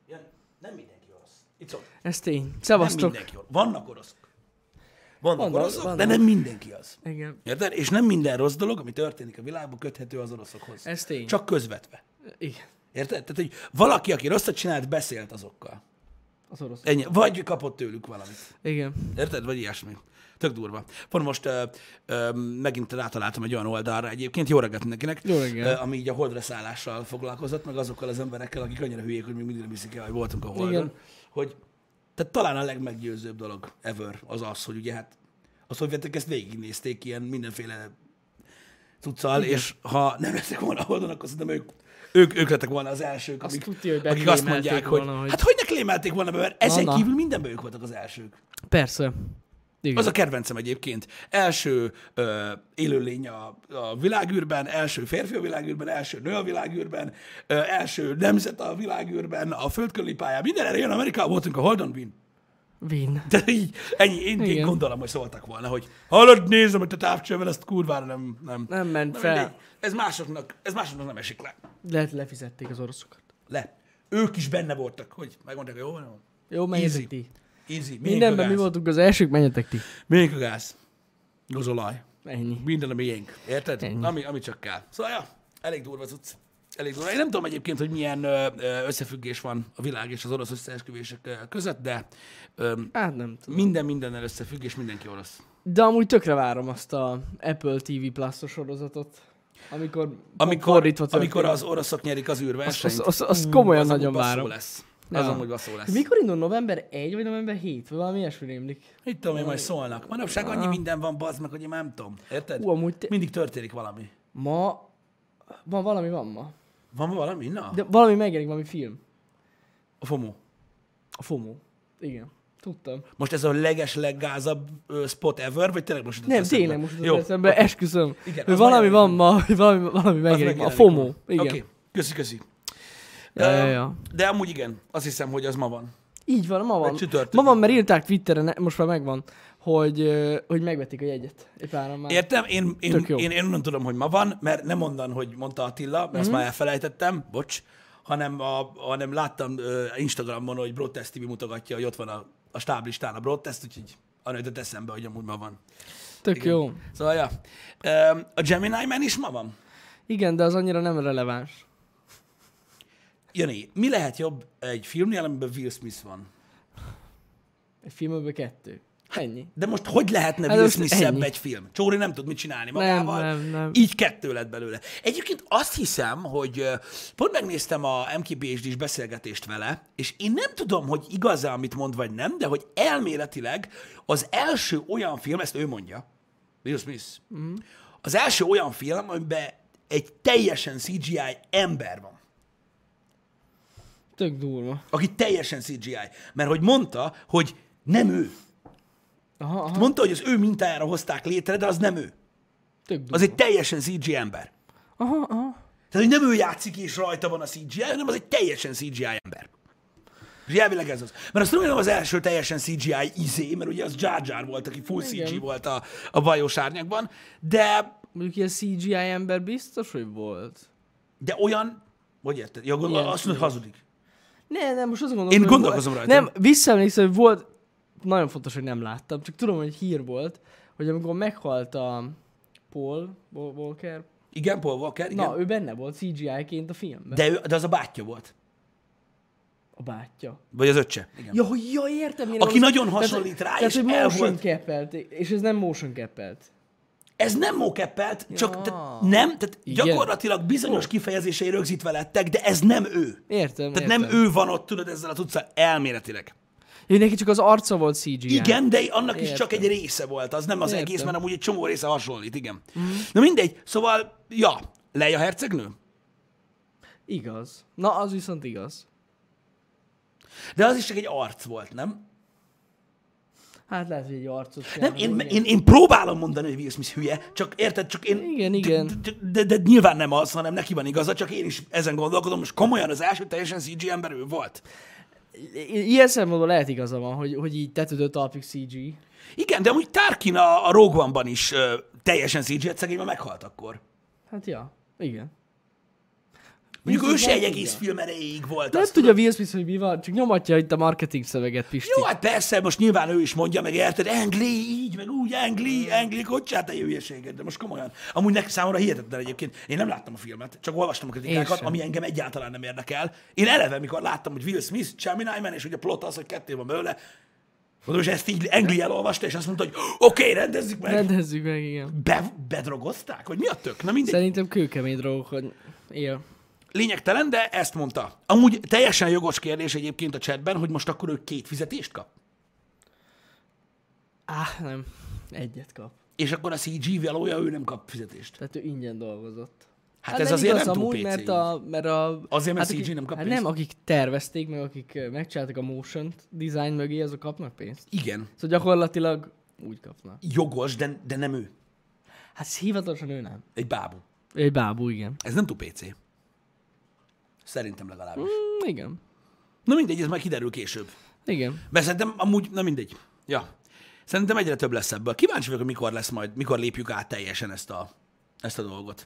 Nem mindenki orosz. Itt szó. Ez tény. Nem Szevasztok. mindenki orosz. Vannak oroszok. Vannak oroszok, vannak. de nem mindenki az. Igen. Érted? És nem minden rossz dolog, ami történik a világban, köthető az oroszokhoz. Ez tény. Csak közvetve. Igen. Érted? Tehát, hogy valaki, aki rosszat csinált, beszélt azokkal. Az orosz. Ennyi. Vagy kapott tőlük valamit. Igen. Érted? Vagy ilyesmi. Tök durva. Pont most megint rátaláltam egy olyan oldalra egyébként, jó reggelt mindenkinek, Jó reggelt. ami így a holdra szállással foglalkozott, meg azokkal az emberekkel, akik annyira hülyék, hogy még mindig nem hiszik el, hogy voltunk a holdon. Igen. Hogy, tehát talán a legmeggyőzőbb dolog ever az, hogy ugye hát a szovjetek ezt végignézték ilyen mindenféle cuccal, és ha nem lettek volna a holdon, akkor szerintem ők lettek volna az elsők, Azt akik, tudja, hogy akik azt mondják, beklémelték hogy volna, hogy- hát hogy ne klémelték volna be, mert ezen Na. kívül mindenben ők voltak az elsők. Persze. Igen. Az a kedvencem egyébként. Első élőlény a világűrben, első férfi a világűrben, első nő a világűrben, első nemzet a világűrben, a földkörüli pályán. Minden erre jön Amerikában, voltunk a Holdon Win. Win. De így, ennyi, én Igen. gondolom, hogy szóltak volna, hogy hallod, nézem, hogy a távcsővel ezt kurvára nem. Nem ment Na, fel. mindegy. Ez másoknak nem esik le. Lehet lefizették az oroszokat. Le. Ők is benne voltak, hogy megmondták, hogy jó van. Jó, menjetek Easy. ti. Easy. Mindenben mi voltunk az elsők, menjetek ti. Miénk a gáz. Gozolaj. Ennyi. Minden a miénk. Érted? Ennyi. Ami csak kell. Szóval, ja, elég durva cucc. Elég durva. Én nem tudom egyébként, hogy milyen összefüggés van a világ és az orosz összeesküvések között, de Hát nem tudom. mindennel összefüggés, mindenki orosz. De amúgy tökre várom azt a Apple TV Plus-os sorozatot, amikor fordítva Amikor az oroszok nyerik az űrversenyt. azt komolyan az amúgy nagyon basszó várom. lesz. Ja. Az amúgy basszó lesz. Mikor indul? November 1 vagy november 7? Vagy valami ilyesmi rémlik. Mit tudom én, majd szólnak. Manapság annyi minden van, bazd meg, hogy én nem tudom. Érted? Amúgy Mindig történik valami. ma valami van ma. Van valami? Na? De valami megjelenik, valami film. A FOMO. A FOMO. Igen. Tudtam. Most ez a leggázabb spot ever, vagy tényleg most jutott Nem, eszembe? tényleg most Jó. az eszembe, esküszöm. Igen, Hogy az valami van megjelenik. ma, hogy valami megjelenik ma. A megjelenik FOMO. ma. Igen. Oké, köszi. Ja. De amúgy igen, azt hiszem, hogy az ma van. Így van, ma van. Vagy csütörtök. Ma van, mert írták Twitteren, most már megvan, hogy megvették a jegyet. Egy páran már. Értem, Tök jó. én nem tudom, hogy ma van, mert nem onnan, hogy mondta Attila, mert azt már elfelejtettem, bocs, hanem láttam Instagramon, hogy Broadcast TV mutogatja, hogy ott van a stáblistán a Broadcast, úgyhogy arra jutott eszembe, hogy amúgy ma van. Tök Igen. jó. Szóval, ja. A Gemini Man is ma van. Igen, de az annyira nem releváns. Jani, mi lehet jobb egy filmnél, amiben Will Smith van? Egy filmben 2. Ennyi. De most hogy lehetne Hát Will most Smith szebb ennyi. egy film? Csóri nem tud mit csinálni magával. Nem. Így 2 lett belőle. Egyébként azt hiszem, hogy pont megnéztem a MKBHD-s beszélgetést vele, és én nem tudom, hogy igaz-e, amit mond, vagy nem, de hogy elméletileg az első olyan film, ezt ő mondja, Will Smith, az első olyan film, amiben egy teljesen CGI ember van. Tök durva. Aki teljesen CGI. Mert hogy mondta, hogy nem ő. Aha. Mondta, hogy az ő mintájára hozták létre, de az nem ő. Tök durva. Az egy teljesen CGI ember. Aha. Tehát, hogy nem ő játszik és rajta van a CGI, hanem az egy teljesen CGI ember. És elvileg ez az. Mert azt tudom, hogy nem az első teljesen CGI izé, mert ugye az Jar Jar volt, aki full Igen. CG volt a bajós árnyakban, de Mondjuk ilyen CGI ember biztos, hogy volt. olyan, hogy érted? Ja, gondolom, Ilyen azt mondod, hogy hazudik. Nem, most azt gondolom, Én hogy gondolkozom volt. rajta. Nem, visszaemlékszem, hogy volt, nagyon fontos, hogy nem láttam, csak tudom, hogy hír volt, hogy amikor meghalt a Paul Walker, Igen, Paul Walker, igen. na, ő benne volt CGI-ként a filmben. De az a bátyja volt. A bátyja. Vagy az öccse. Igen. Ja, értem. Én Aki az- nagyon hasonlít rá, tehát, és hogy el motion volt. cappelt, és ez nem motion cappelt. Ez nem mokeppelt, csak Ja. tehát Igen. gyakorlatilag bizonyos kifejezései rögzítve lettek, de ez nem ő. Értem. Tehát nem ő van ott, tudod, ezzel a tudszal elméletileg. Ő neki csak az arca volt CGI. Igen, de annak is Értem. csak egy része volt, az nem az Értem. egész, mert amúgy egy csomó része hasonlít, igen. Na mindegy, szóval, ja, Leia hercegnő? Igaz. Na, az viszont igaz. De az is csak egy arc volt, nem? Hát lehet, hogy egy arcot Nem, csinálni, én próbálom mondani, hogy Will Smith hülye, csak érted, csak én... Igen. De nyilván nem az, hanem neki van igaza, csak én is ezen gondolkodom, most komolyan az első teljesen CG ember ő volt. Ilyen szempontból lehet igaza van, hogy így tetődő talpig CG. Igen, de amúgy Tarkin a Rogue One-ban is teljesen CG-et szegényben meghalt akkor. Hát ja, igen. Mondjuk ő Will se Smith egy nem egész tudja. film erejéig volt. Nem azt tudja tudod. Will Smith, hogy mi van, csak nyomatja itt a marketing szöveget, Pisti. Jó, hát persze, most nyilván ő is mondja, meg érted, Angli, így, meg úgy, Angli, hogy csinálta egy hülyeséget, de most komolyan. Amúgy neki számomra hihetetlen egyébként. Én nem láttam a filmet, csak olvastam a kritikákat, sem. ami engem egyáltalán nem érdekel. Én eleve, mikor láttam, hogy Will Smith, Gemini Man, és hogy a plot az, hogy kettő van belőle, mondom, és ezt így Angli elolvasta, és azt mondta, hogy oké, rendezzük meg. Rendezzük meg, igen. Bedrogozták? Vagy mi a tök? Na mindegy. Szerintem kőkemény dolgok, hogy él. Lényegtelen, de ezt mondta. Amúgy teljesen jogos kérdés egyébként a chatben, hogy most akkor ő 2 fizetést kap. Nem. Egyet kap. És akkor a CG velója, ő nem kap fizetést. Tehát ő ingyen dolgozott. Hát ez azért igaz nem túl amúgy, PC. mert a... Azért, mert hát CG nem kap hát pénzt? nem, akik tervezték, meg akik megcsináltak a motion design mögé, azok kapnak pénzt. Igen. Szóval gyakorlatilag úgy kapnak. Jogos, de nem ő. Hát hivatalosan ő nem. Egy bábú. Egy bábú, igen. Ez nem túl PC. Szerintem legalábbis. Igen. Na mindegy, ez majd kiderül később. Igen. Mert szerintem amúgy, na mindegy. Ja. Szerintem egyre több lesz ebből. Kíváncsi vagyok, hogy mikor lesz majd, mikor lépjük át teljesen ezt a dolgot.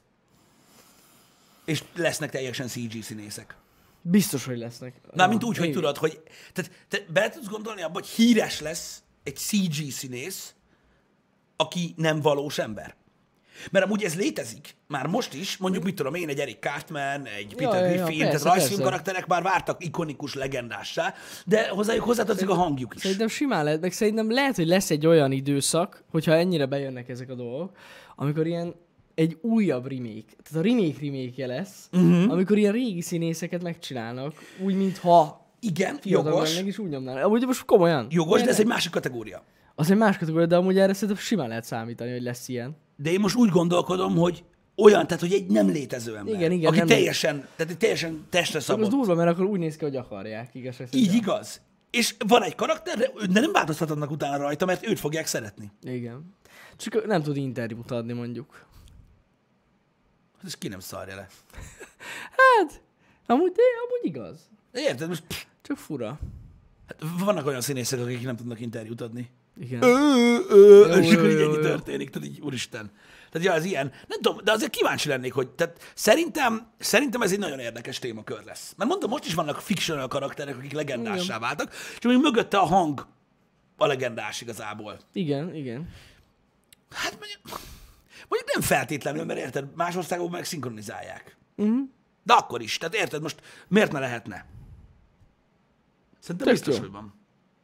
És lesznek teljesen CG színészek. Biztos, hogy lesznek. Na, mint úgy, hogy igen. tudod, hogy tehát te bele tudsz gondolni abba, hogy híres lesz egy CG színész, aki nem valós ember. Mert amúgy ez létezik, már most is, mondjuk mit tudom én, egy Eric Cartman, egy Peter Griffin, tehát persze, rajzfilm persze. karakterek már vártak ikonikus legendássá, de hozzájuk hozzátartozik a hangjuk is. Szerintem simán lehet, meg szerintem lehet, hogy lesz egy olyan időszak, hogyha ennyire bejönnek ezek a dolgok, amikor ilyen egy újabb remake, tehát a remake lesz, amikor ilyen régi színészeket megcsinálnak, úgy, mintha Igen, fiatal jogos, lennék, és úgy nyomnának. Amúgy most komolyan. jogos, de ez Ilyen- egy másik kategória. Az egy más kategória, de amúgy erre szerintem simán lehet számítani, hogy lesz ilyen. De én most úgy gondolkodom, hogy olyan, tehát hogy egy nem létező ember, Igen, aki nem- teljesen testre Csak az szabott. durva, mert akkor úgy néz ki, hogy akarják, igazság szerint. Így igaz. És van egy karakter, de nem változtatnak utána rajta, mert őt fogják szeretni. Igen. Csak nem tud interjút adni, mondjuk. Ez ki nem szarja le. Hát, amúgy igaz. De érted, most Csak fura. hát vannak olyan színészek, akik nem tudnak interjút adni. Igen. És akkor így jó, ennyi jó. történik, tehát így, úristen. Tehát ja, ez ilyen. Nem tudom, de azért kíváncsi lennék, hogy tehát szerintem ez egy nagyon érdekes témakör lesz. Mert mondom, most is vannak fictional karakterek, akik legendássá váltak, és még mögötte a hang a legendás igazából. Igen. Hát mondjuk nem feltétlenül, mert érted, más országokban meg szinkronizálják. De akkor is, tehát érted, most miért ne lehetne? Szerintem Tök biztos, jó. hogy van.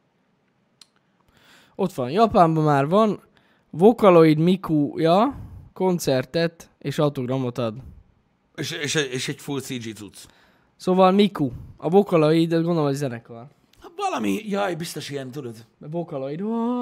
Ott van, Japánban már van, Vocaloid Miku-ja koncertet és autogramot ad. És egy full CG cucc. Szóval Miku, a Vocaloid, ez gondolom, hogy zenekar. Hát valami, jaj, biztos ilyen, tudod. A Vocaloid,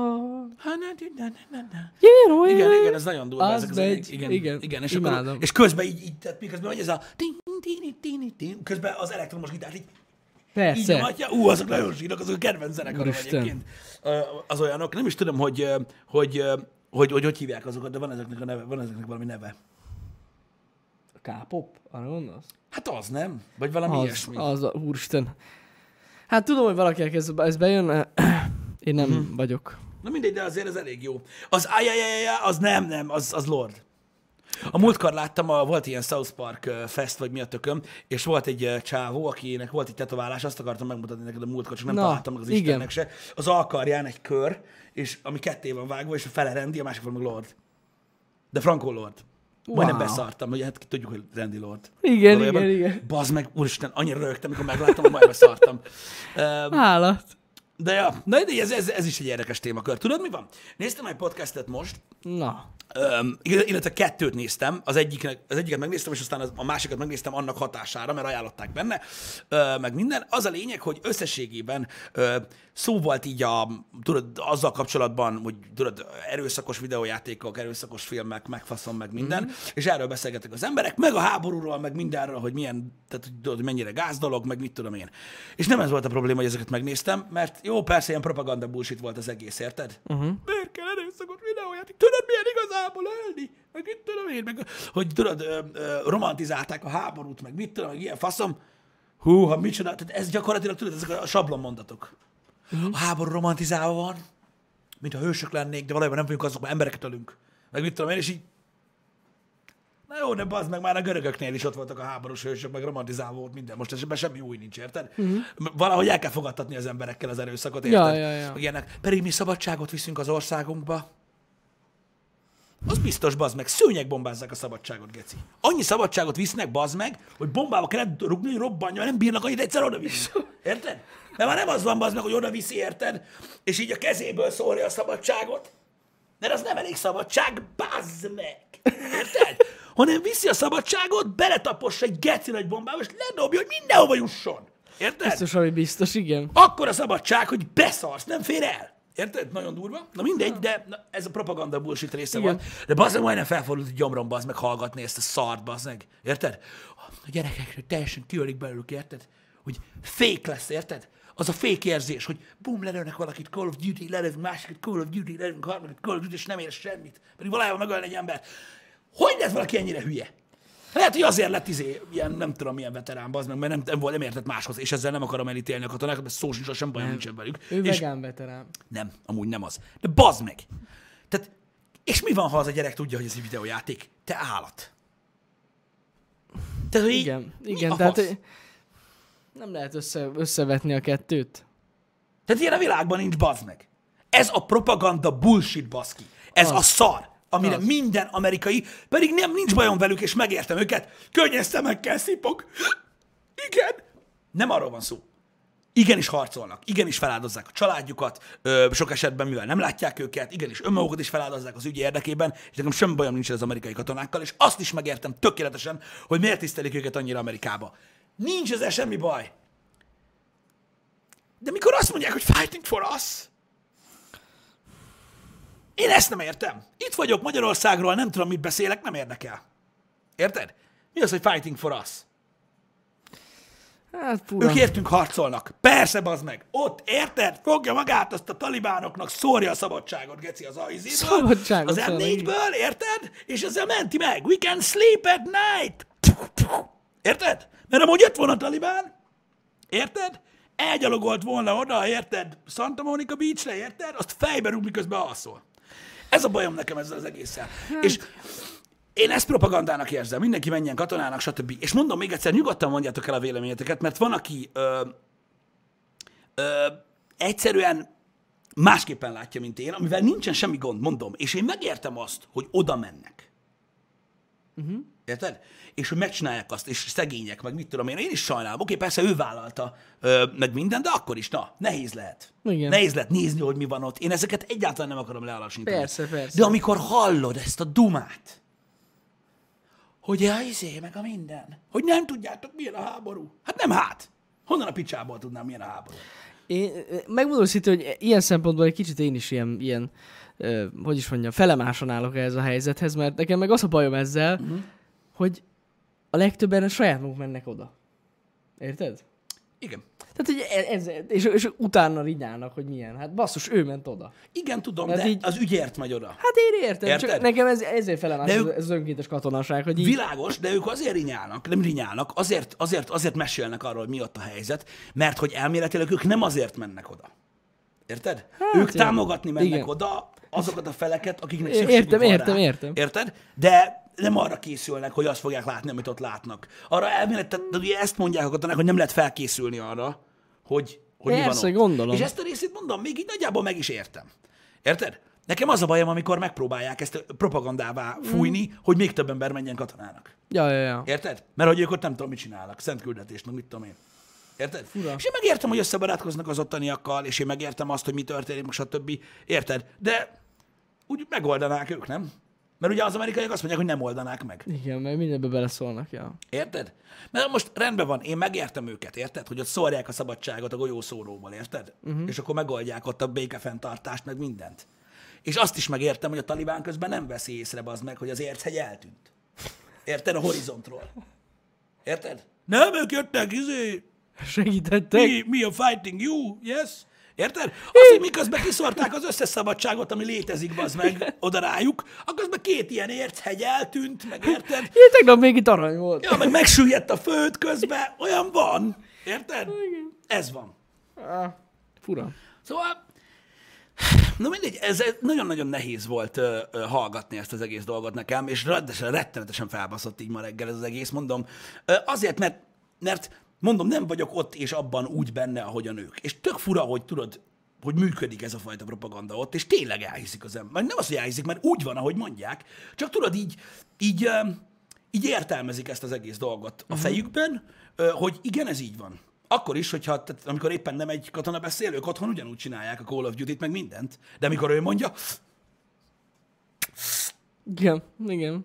Igen, ez nagyon durva. Az ezek az megy, igen, igen, és, imádom. akkor, és közben így, tehát miközben megy ez a közben az elektromos gitár így Persze. nyomatja. Azok nagyon zsírok, azok a kedvenc zenekarom Úristen. egyébként. Az olyanok. Nem is tudom, hogy hívják azokat, de van ezeknek a neve, van ezeknek valami neve. A K-pop? Arra gondolsz? Hát az nem? Vagy valami ilyesmi. Úristen. Hát tudom, hogy valakinek ez bejön, én nem vagyok. Na mindegy, de azért ez elég jó. Az az nem, az Lord. A múltkor láttam, volt ilyen South Park fest, vagy mi a tököm, és volt egy csávó, akinek volt egy tetoválás, azt akartam megmutatni neked a múltkor, csak nem Na, találtam meg az igen. Istennek se. Az alkarján egy kör, és ami ketté van vágva, és a fele Randy, a másik van meg Lord. De Franco Lord. Majdnem Wow. beszartam, hogy hát tudjuk, hogy Randy Lord. Igen, Valójában, igen. Bazd meg, úristen, annyira rögtem, amikor megláttam, hogy majd beszartam. Állat. De ja, na de ez is egy érdekes témakör. Tudod, mi van? Néztem egy podcastet most, Na. illetve 2 néztem, az egyiket megnéztem, és aztán a másikat megnéztem annak hatására, mert ajánlották benne, meg minden. Az a lényeg, hogy összességében szó volt így tudod, azzal kapcsolatban, hogy tudod, erőszakos videójátékok, erőszakos filmek, megfaszom, meg minden, és erről beszélgetek az emberek, meg a háborúról, meg mindenről, hogy milyen, tehát hogy tudod, hogy mennyire gáz dolog, meg mit tudom én. És nem ez volt a probléma, hogy ezeket megnéztem, mert jó, persze ilyen propaganda bullshit volt az egész, érted? Miért kell erőszakos videójáték? Tudod, milyen igazából ölni? Meg mit tudom én, meg hogy tudod, romantizálták a háborút, meg mit tudom, meg ilyen faszom. Húha, micsoda, tehát ez gyakorlatilag, tudod, ezek a sablonmondatok. A háború romantizálva van, mint a hősök lennénk, de valójában nem vagyunk azok, mert embereket ölünk. Meg mit tudom én, és így Na jó, de bazd meg, már a görögöknél is ott voltak a háborús hősök, meg romantizálva volt minden. Most ebben semmi új nincs, érted? Valahogy el kell fogadtatni az emberekkel az erőszakot, érted? Ja. Ilyenek. Pedig mi szabadságot viszünk az országunkba. Az biztos, bazd meg, szőnyeg bombázzák a szabadságot, geci. Annyi szabadságot visznek, bazd meg, hogy bombába kellett rugni, hogy robbanja, nem bírnak annyit egyszer odavinni. Érted? Mert már nem az van, bazd meg, hogy odaviszi, érted? És így a kezéből szórja a szabadságot. Mert az nem elég szabadság, bazd meg. Érted? Hanem viszi a szabadságot, beletapossa egy geci nagy bombába, és ledobja, hogy mindenhova jusson. Érted? Biztos, ami biztos, igen. Akkor a szabadság, hogy beszarsz, nem fér el. Érted? Nagyon durva. Na mindegy, de ez a propaganda bullshit része Igen. volt. De bazd meg, majdnem felfordult a gyomrom, bazd meg, hallgatni ezt a szart, bazd meg. Érted? A gyerekekről teljesen kiölik belőlük, érted? Hogy fake lesz, érted? Az a fake érzés, hogy bum, lelőnek valakit, Call of Duty, lelőnek másikat, Call of Duty, lelőnek harmadikat, Call of Duty, és nem ér semmit. Pedig valahol megölni egy ember. Hogy lett valaki ennyire hülye? Lehet, hogy azért lett ilyen, nem tudom, milyen veterán, bazd meg, mert nem értett máshoz, és ezzel nem akarom elítélni a katonákat, mert szó sincs, sem bajom nincsen velük. Ő és vegán veterán. nem, amúgy nem az. De bazd meg! Tehát, és mi van, ha az a gyerek tudja, hogy ez egy videójáték? Te állat. Tehát, hogy Igen, mi igen, a tehát fasz? nem lehet összevetni a kettőt. Tehát ilyen a világban nincs, bazd meg. Ez a propaganda bullshit, baszki. Ez a szar, amire minden amerikai, pedig nincs bajom velük, és megértem őket, könnyes szemekkel szipog. Igen. Nem arról van szó. Igenis harcolnak, igenis feláldozzák a családjukat, sok esetben, mivel nem látják őket, igenis önmagukat is feláldozzák az ügy érdekében, és nekem semmi bajom nincs az amerikai katonákkal, és azt is megértem tökéletesen, hogy miért tisztelik őket annyira Amerikába. Nincs ezzel semmi baj. De mikor azt mondják, hogy fighting for us, én ezt nem értem. Itt vagyok Magyarországról, nem tudom, mit beszélek, nem érdekel. Érted? Mi az, hogy fighting for us? Hát fura. Ők értünk harcolnak. Persze, bazd meg. Ott, érted? Fogja magát azt a talibánoknak, szórja a szabadságot, geci, az AIZ-ből, Szabadságot az M4-ből, érted? És ezzel menti meg. We can sleep at night. Érted? Mert amúgy jött volna a talibán, érted? Elgyalogolt volna oda, érted? Santa Monica Beachre, érted? Azt fejbe rúg, miközben alszol. Ez a bajom nekem ezzel az egésszel. És én ezt propagandának érzem, mindenki menjen katonának, stb. És mondom még egyszer, nyugodtan mondjátok el a véleményeteket, mert van, aki egyszerűen másképpen látja, mint én, amivel nincsen semmi gond, mondom. És én megértem azt, hogy oda mennek. Érted? És hogy megcsinálják azt, és szegények, meg mit tudom én is sajnálom. Oké, persze ő vállalta meg minden, de akkor is, nehéz lehet. Igen. Nehéz lehet nézni, hogy mi van ott. Én ezeket egyáltalán nem akarom lealacsonyítani. Persze. De amikor hallod ezt a dumát, hogy meg a minden, hogy nem tudjátok, milyen a háború. Hát nem hát. Honnan a picsából tudnám, milyen a háború? Én megmondom szintén, hogy ilyen szempontból egy kicsit én is ilyen hogy is mondjam, felemáson állok ehhez a helyzethez, mert nekem meg az a bajom ezzel, hogy a legtöbben saját maguk mennek oda. Érted? Igen. Tehát, hogy és utána rinyálnak, hogy milyen. Hát basszus, ő ment oda. Igen, tudom, Mert de így- az ügyért megy oda. Hát én értem, Érted? csak nekem ezért felemás De ez ők- az önkéntes katonaság, hogy így... Világos, de ők azért rinyálnak, nem rinyálnak, azért mesélnek arról, hogy mi ott a helyzet, mert hogy elméletileg ők nem azért mennek oda. Érted? Hát, Ők jó. támogatni mennek Igen. oda azokat a feleket, akiknek szükségük van Értem, rá. értem. Érted? De nem arra készülnek, hogy azt fogják látni, amit ott látnak. Arra elméletileg, de ugye ezt mondják a katonák, hogy nem lehet felkészülni arra, hogy mi van Persze, ott. gondolom. És ezt a részét mondom, még így nagyjából meg is értem. Érted? Nekem az a bajom, amikor megpróbálják ezt propagandává fújni, hogy még több ember menjen katonának. Ja. Érted? Mert hogy ők ott nem tudom, mit csinálnak, szent küldetést, meg mit tudom én. Érted? Fura. És én megértem, hogy összebarátkoznak az ottaniakkal, és én megértem azt, hogy mi történik, meg stb. Érted? De úgy megoldanák ők, nem? Mert ugye az amerikaiak azt mondják, hogy nem oldanák meg. Igen, mert mindenbe beleszólnak, ja. Érted? Mert most rendben van, én megértem őket, érted? Hogy ott szórják a szabadságot a golyószóróból, érted? És akkor megoldják ott a békefenntartást, meg mindent. És azt is megértem, hogy a talibán közben nem veszi észre, bazd meg, hogy az Érchegy eltűnt. Érted? A horizontról. Érted? Nem, ők jöttek, Segítettek. mi a fighting you, yes? Érted? Az, hogy miközben kiszorták az összes szabadságot, ami létezik, bazd meg, oda rájuk, aközben két ilyen Érchegy eltűnt, meg érted? Én tegnap még itt arany volt. Ja, meg megsüllyedt a föld közben, olyan van. Érted? Ez van. Fura. Szóval Na mindegy, ez nagyon-nagyon nehéz volt hallgatni ezt az egész dolgot nekem, és rettenetesen felbaszott így ma reggel ez az egész, mondom. Azért, mert mondom, nem vagyok ott és abban úgy benne, ahogy a nők. És tök fura, hogy tudod, hogy működik ez a fajta propaganda ott, és tényleg elhiszik az ember. Nem az, hogy elhiszik, mert úgy van, ahogy mondják, csak tudod, így értelmezik ezt az egész dolgot a fejükben, hogy igen, ez így van. Akkor is, hogyha, amikor éppen nem egy katona beszél, ők otthon ugyanúgy csinálják a Call of Duty-t, meg mindent. De amikor ő mondja... Igen.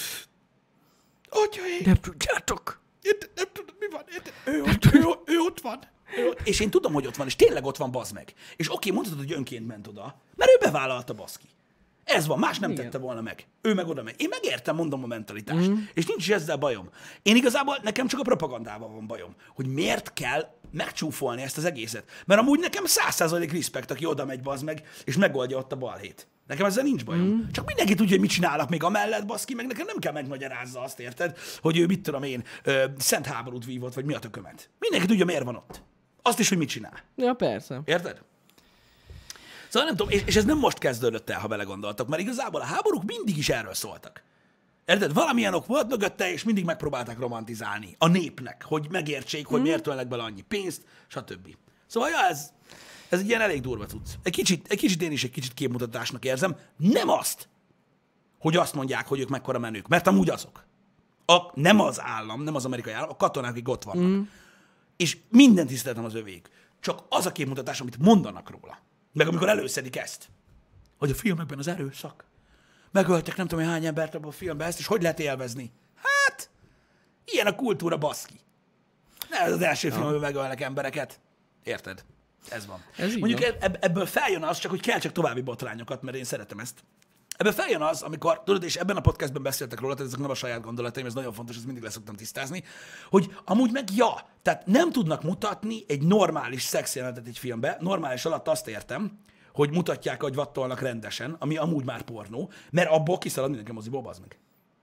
Atyaim! Nem tudjátok! Nem tudom, mi van. Ő ott van. És én tudom, hogy ott van, és tényleg ott van, bazd meg. És oké, mondhatod, hogy önként ment oda, mert ő bevállalta, baszki. Ez van, más nem tette volna meg. Ő meg oda megy. Én megértem, mondom a mentalitást. És nincs is ezzel bajom. Én igazából, nekem csak a propagandával van bajom. Hogy miért kell megcsúfolni ezt az egészet. Mert amúgy nekem 100% respekt, aki oda megy, bazd meg, és megoldja ott a balhét. Nekem ezzel nincs bajom. Csak mindenki tudja, hogy mit csinálnak még amellett, baszki, meg nekem nem kell megmagyarázza azt, érted, hogy ő mit tudom én, szent háborút vívott, vagy mi a tökömet. Mindenki tudja, miért van ott. Azt is, hogy mit csinál. Ja, persze. Érted? Szóval nem tudom, és ez nem most kezdődött el, ha belegondoltak, mert igazából a háborúk mindig is erről szóltak. Érted? Valamilyen ok volt mögötte, és mindig megpróbálták romantizálni a népnek, hogy megértsék, hogy miért ölnek bele annyi pénzt, stb. Szóval ja, ez egy ilyen elég durva cucc. Egy kicsit én is egy kicsit képmutatásnak érzem. Nem azt, hogy azt mondják, hogy ők mekkora menők, mert amúgy azok. Nem az állam, nem az amerikai állam, a katonák, akik ott vannak. És minden tiszteletem az övék. Csak az a képmutatás, amit mondanak róla. Meg amikor előszedik ezt, hogy a filmekben az erőszak. Megöltek nem tudom, hány embert abban a filmben ezt, és hogy lehet élvezni? Hát, ilyen a kultúra, baszki. Nem ez az első film, amiben megölnek embereket. Érted? Ez van. Ez mondjuk ebből feljön az, csak hogy kell csak további botrányokat, mert én szeretem ezt. Ebből feljön az, amikor, tudod, és ebben a podcastben beszéltek róla, tehát ezek nem a saját gondolataim, ez nagyon fontos, ezt mindig leszoktam tisztázni, hogy amúgy meg tehát nem tudnak mutatni egy normális szexjelenetet egy filmbe, normális alatt azt értem, hogy mutatják, hogy vattolnak rendesen, ami amúgy már pornó, mert abból kiszalad mindenki a moziból, bazd meg.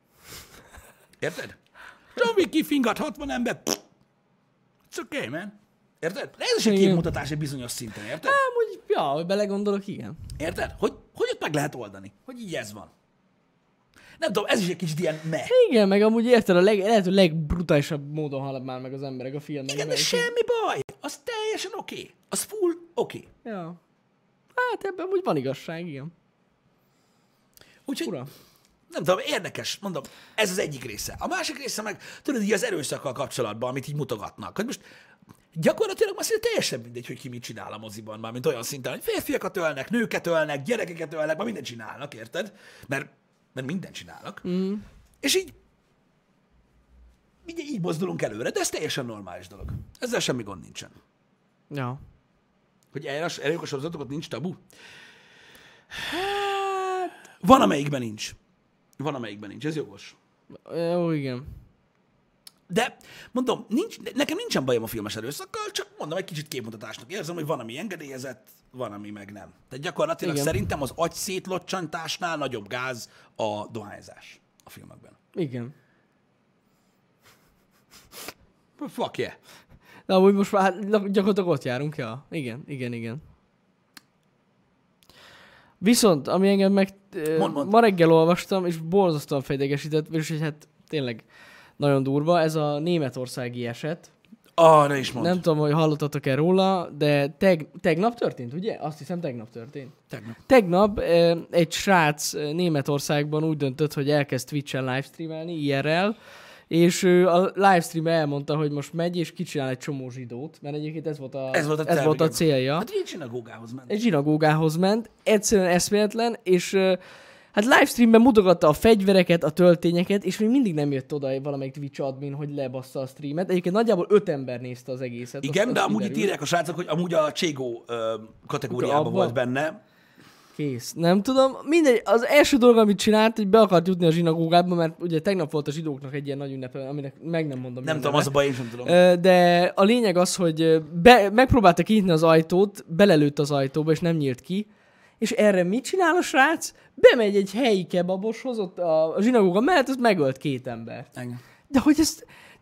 Érted? John Wick kifingat 60 ember, it's okay, man. Érted? Ez is egy képmutatás egy bizonyos szinten, érted? Amúgy, hogy belegondolok, igen. Érted? Hogy ott meg lehet oldani. Hogy így ez van. Nem tudom, ez is egy kicsit ilyen meh. Igen, meg amúgy érted, lehet, hogy legbrutálisabb módon halad már meg az emberek a filmben. Igen, de semmi baj. Az teljesen oké. Az full oké. Ja. Hát ebben úgy van igazság, igen. Úgyhogy, nem tudom, érdekes, mondom, ez az egyik része. A másik része meg, tudod, így az erőszakkal kapcsolatban, amit így mutogatnak. Hogy most gyakorlatilag azt teljesen mindegy, hogy ki mit csinál a moziban, már mint olyan szinten, hogy férfiakat ölnek, nőket ölnek, gyerekeket ölnek, már mindent csinálnak, érted? Mert mindent csinálnak. És így mozdulunk előre, de ez teljesen normális dolog. Ezzel semmi gond nincsen. Ja. Hogy erők a sorozatokat nincs tabu? Hát... Van, amelyikben nincs. Ez jogos. Jó, igen. De mondom, nekem nincsen bajom a filmes erőszakkal, csak mondom, egy kicsit képmutatásnak érzem, hogy van, ami engedélyezett, van, ami meg nem. Tehát gyakorlatilag igen. Szerintem az agy szétlocsantásnál nagyobb gáz a dohányzás a filmekben. Igen. Fuck yeah. De amúgy most már gyakorlatilag ott járunk, ja. Igen. Viszont, ami engem Mond. ma reggel olvastam, és borzasztóan fejdegesített, és hogy hát tényleg nagyon durva, ez a németországi eset. Ne is mondd. Nem tudom, hogy hallottatok-e róla, de tegnap történt, ugye? Azt hiszem, tegnap történt. Tegnap egy srác Németországban úgy döntött, hogy elkezd Twitch-en livestreamelni, IRL, és a livestream elmondta, hogy most megy, és kicsinál egy csomó zsidót, mert egyébként ez volt a célja. Hát egy zsinagógához ment. Egy zsinagógához ment, egyszerűen eszméletlen, és hát livestreamben mutogatta a fegyvereket, a töltényeket, és még mindig nem jött oda valamelyik Twitch admin, hogy lebassza a streamet. Egyébként nagyjából 5 ember nézte az egészet. Igen, de amúgy itt írják a srácok, hogy amúgy a Cségó kategóriában volt benne. Kész. Nem tudom. Mindegy, az első dolog, amit csinált, hogy be akart jutni a zsinagógába, mert ugye tegnap volt a zsidóknak egy ilyen nagy ünnepe, aminek meg nem mondom. Nem tudom, az a baj, én sem tudom. De a lényeg az, hogy megpróbálta kinyitni az ajtót, belelőtt az ajtóba, és nem nyílt ki. És erre mit csinál a srác? Bemegy egy helyi kebaboshoz, ott a zsinagóga mellett, azt megölt 2 embert. Engem. De hogy ezt...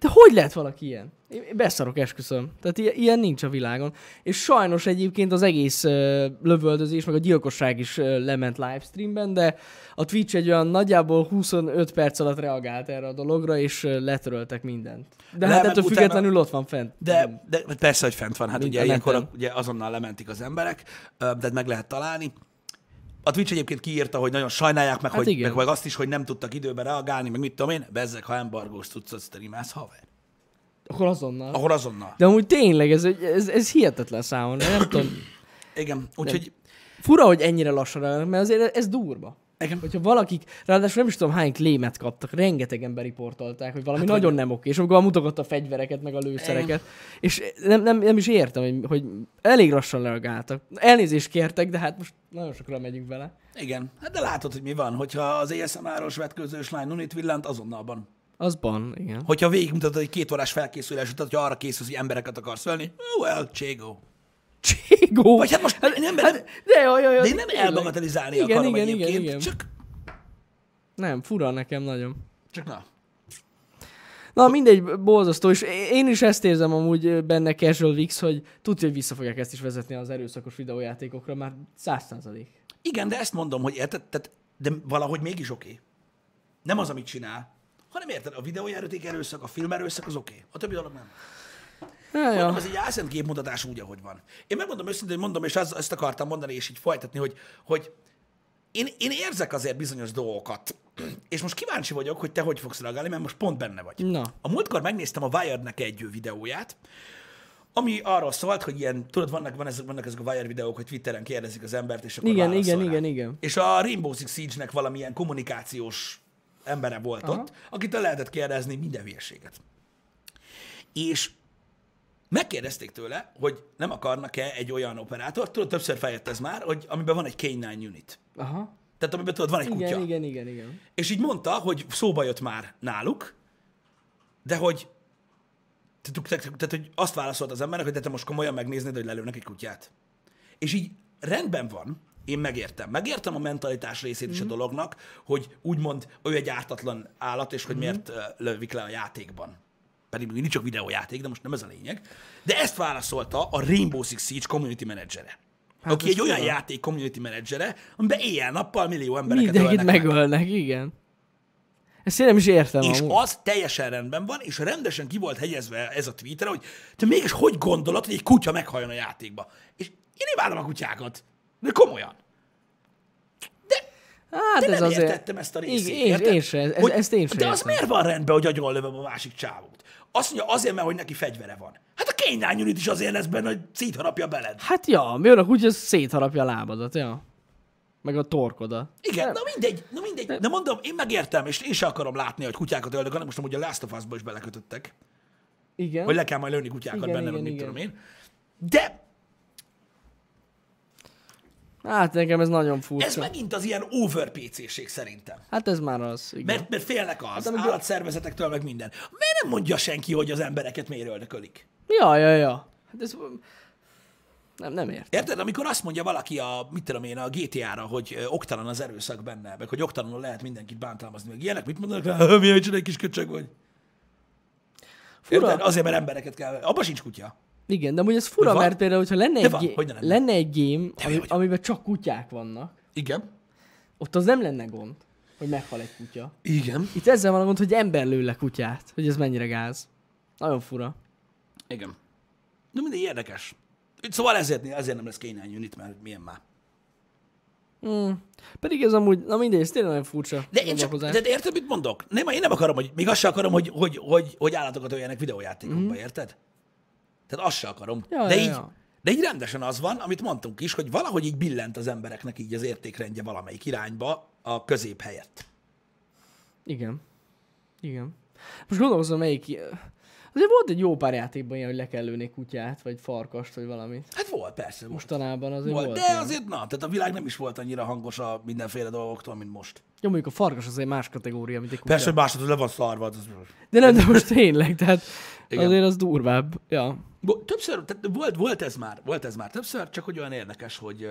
De hogy lehet valaki ilyen? Én beszarok, esküszöm. Tehát ilyen nincs a világon. És sajnos egyébként az egész lövöldözés, meg a gyilkosság is lement livestreamben, de a Twitch egy olyan nagyjából 25 perc alatt reagált erre a dologra, és letöröltek mindent. De hát ettől függetlenül ott van fent. De persze, hogy fent van. Hát ugye ilyenkor neten. ugye azonnal lementik az emberek, de meg lehet találni. A Twitch egyébként kiírta, hogy nagyon sajnálják, meg, Hát hogy, igen. meg azt is, hogy nem tudtak időben reagálni, meg mit tudom én, bezzeg, ha embargós cuccot streamálsz, haver. Akkor azonnal. Ahol azonnal. De amúgy tényleg, ez hihetetlen számomra, nem tudom. Igen, úgyhogy... Fura, hogy ennyire lassan reagálnak, mert azért ez durva. Igen. Hogyha valakik, ráadásul nem is tudom hány claimet kaptak, rengetegen beriportolták, hogy valami Hát, nagyon hogy- nem oké, és amikor mutogatta a fegyvereket, meg a lőszereket, és nem is értem, hogy elég lassan reagáltak. Elnézést kértek, de hát most nagyon sokra megyünk vele. Igen, hát de látod, hogy mi van, hogyha az ASMR-os vetkőzős lány Nunit villant, azonnalban. Azban, igen. Hogyha végigmutatod egy 2 órás felkészülés után, hogyha arra készülsz, hogy embereket akarsz ölni, well, cségó. Cségó! Vagy hát most nem, De jó, de én nem elbagatelizálni igen, akarom igen, egyébként, igen. Csak fura nekem nagyon. na. Na mindegy, borzasztó, és én is ezt érzem amúgy benne Casual Vix, hogy tudja, hogy vissza fogják ezt is vezetni az erőszakos videójátékokra, már 100%. Igen, de ezt mondom, hogy érted, tehát, de valahogy mégis oké. Nem az, amit csinál, hanem érted, a videójáték erőszak, a film erőszak az oké. A többi dolog nem. Mondom, Ja. ez egy álszent képmutatás úgy, ahogy van. Én megmondom őszintén, mondom, és ezt akartam mondani, és így folytatni, hogy én érzek azért bizonyos dolgokat, és most kíváncsi vagyok, hogy te hogy fogsz reagálni, mert most pont benne vagy. Na. A múltkor megnéztem a Wired-nek egy videóját, ami arról szólt, hogy ilyen, tudod, vannak ezek a Wired videók, hogy Twitteren kérdezik az embert, és akkor válaszol rá. Igen. És a Rainbow Six Siege-nek valamilyen kommunikációs embere volt ott, akitől lehetett kérdezni minden hülyeséget. És megkérdezték tőle, hogy nem akarnak-e egy olyan operátort, tudod, többször feljött ez már, hogy amiben van egy K9 unit. Aha. Tehát amiben tudod, van egy kutya. Igen. És így mondta, hogy szóba jött már náluk, de hogy tehát, hogy azt válaszolt az embernek, hogy te most komolyan megnéznéd, hogy lelőnek egy kutyát. És így rendben van, én megértem. Megértem a mentalitás részét is a dolognak, hogy úgymond ő egy ártatlan állat, és hogy miért lövik le a játékban. Pedig mindig csak videójáték, de most nem ez a lényeg. De ezt válaszolta a Rainbow Six Siege community menedzsere. Hát Aki ez egy olyan tudom. játék community menedzsere, amiben éjjel-nappal millió embereket Mindenkit ölnek meg. megölnek, igen. Ezt én nem is értem És amúgy. az teljesen rendben van, és rendesen ki volt hegyezve ez a tweetre, hogy te mégis hogy gondolod, hogy egy kutya meghalljon a játékba. És én imádom a kutyákat. De komolyan. Hát De ez nem azért... értettem ezt a részét. Igen, érted? én sem, Hogy- ezt én sem De az értem. miért van rendben, hogy agyonlövöm a másik csávót? Azt mondja, azért, mert hogy neki fegyvere van. Hát a K9 unit is azért lesz benne, hogy szétharapja beled. Hát ja, mi olyan, hogy szétharapja a lábadat, ja. Meg a torkodat. Igen, na mindegy. De mondom, én megértem, és én sem akarom látni, hogy kutyákat ölnek, hanem most amúgy a Last of Us-ba is belekötöttek, Igen. hogy le kell majd lőni kutyákat Igen, benne, igen, vagy mit igen. tudom én. De Hát nekem ez nagyon ez furcsa. megint az ilyen over PC-ség szerintem. Hát ez már az, igen. Mert félnek az Hát amikor- állatszervezetektől, meg minden. Miért nem mondja senki, hogy az embereket miért öldökölik? Ja. Hát ez... Nem értem. Érted? Amikor azt mondja valaki mit tudom én, a GTA-ra, hogy oktalan az erőszak benne, meg hogy oktalanul lehet mindenkit bántalmazni, meg ilyenek, mit mondanak rá? Milyen csinálj, kis köcsög vagy? Fura. Érted? Azért, mert embereket kell... Abba sincs kutya. Igen, de amúgy ez fura, Hogy van? mert például, hogyha lenne De egy, van, hogy ne lenne. lenne egy game, vagy. amiben csak kutyák vannak, Igen. ott az nem lenne gond, hogy meghal egy kutya. Igen. Itt ezzel van a gond, hogy ember lő le kutyát, hogy ez mennyire gáz. Nagyon fura. Igen. De mindig érdekes. Szóval ezért nem lesz K9 unit, mert milyen már. Pedig ez amúgy, na mindegy, ez tényleg nagyon furcsa. De én csak, gondolkozás. de érted, mit mondok? Én nem akarom, hogy, még azt sem akarom, hogy állatokat öljenek videójátékokba, érted? Tehát azt sem akarom. Ja, de, ja, így, ja. de így rendesen az van, amit mondtunk is, hogy valahogy így billent az embereknek így az értékrendje valamelyik irányba a közép helyett. Igen. Most gondolkozom, melyik... Azért volt egy jó pár játékban ilyen, hogy le kell lőni kutyát, vagy farkast, vagy valamit. Hát volt, persze. Volt. Mostanában azért volt De ilyen. azért, tehát a világ nem is volt annyira hangos a mindenféle dolgoktól, mint most. Jó, mondjuk a farkas azért más kategória, mint egy kutya. Persze, hogy másodhoz le van szarva. De nem, de most tényleg, tehát Igen. azért az durvább. Ja. Többször, tehát volt ez már többször, csak hogy olyan érdekes, hogy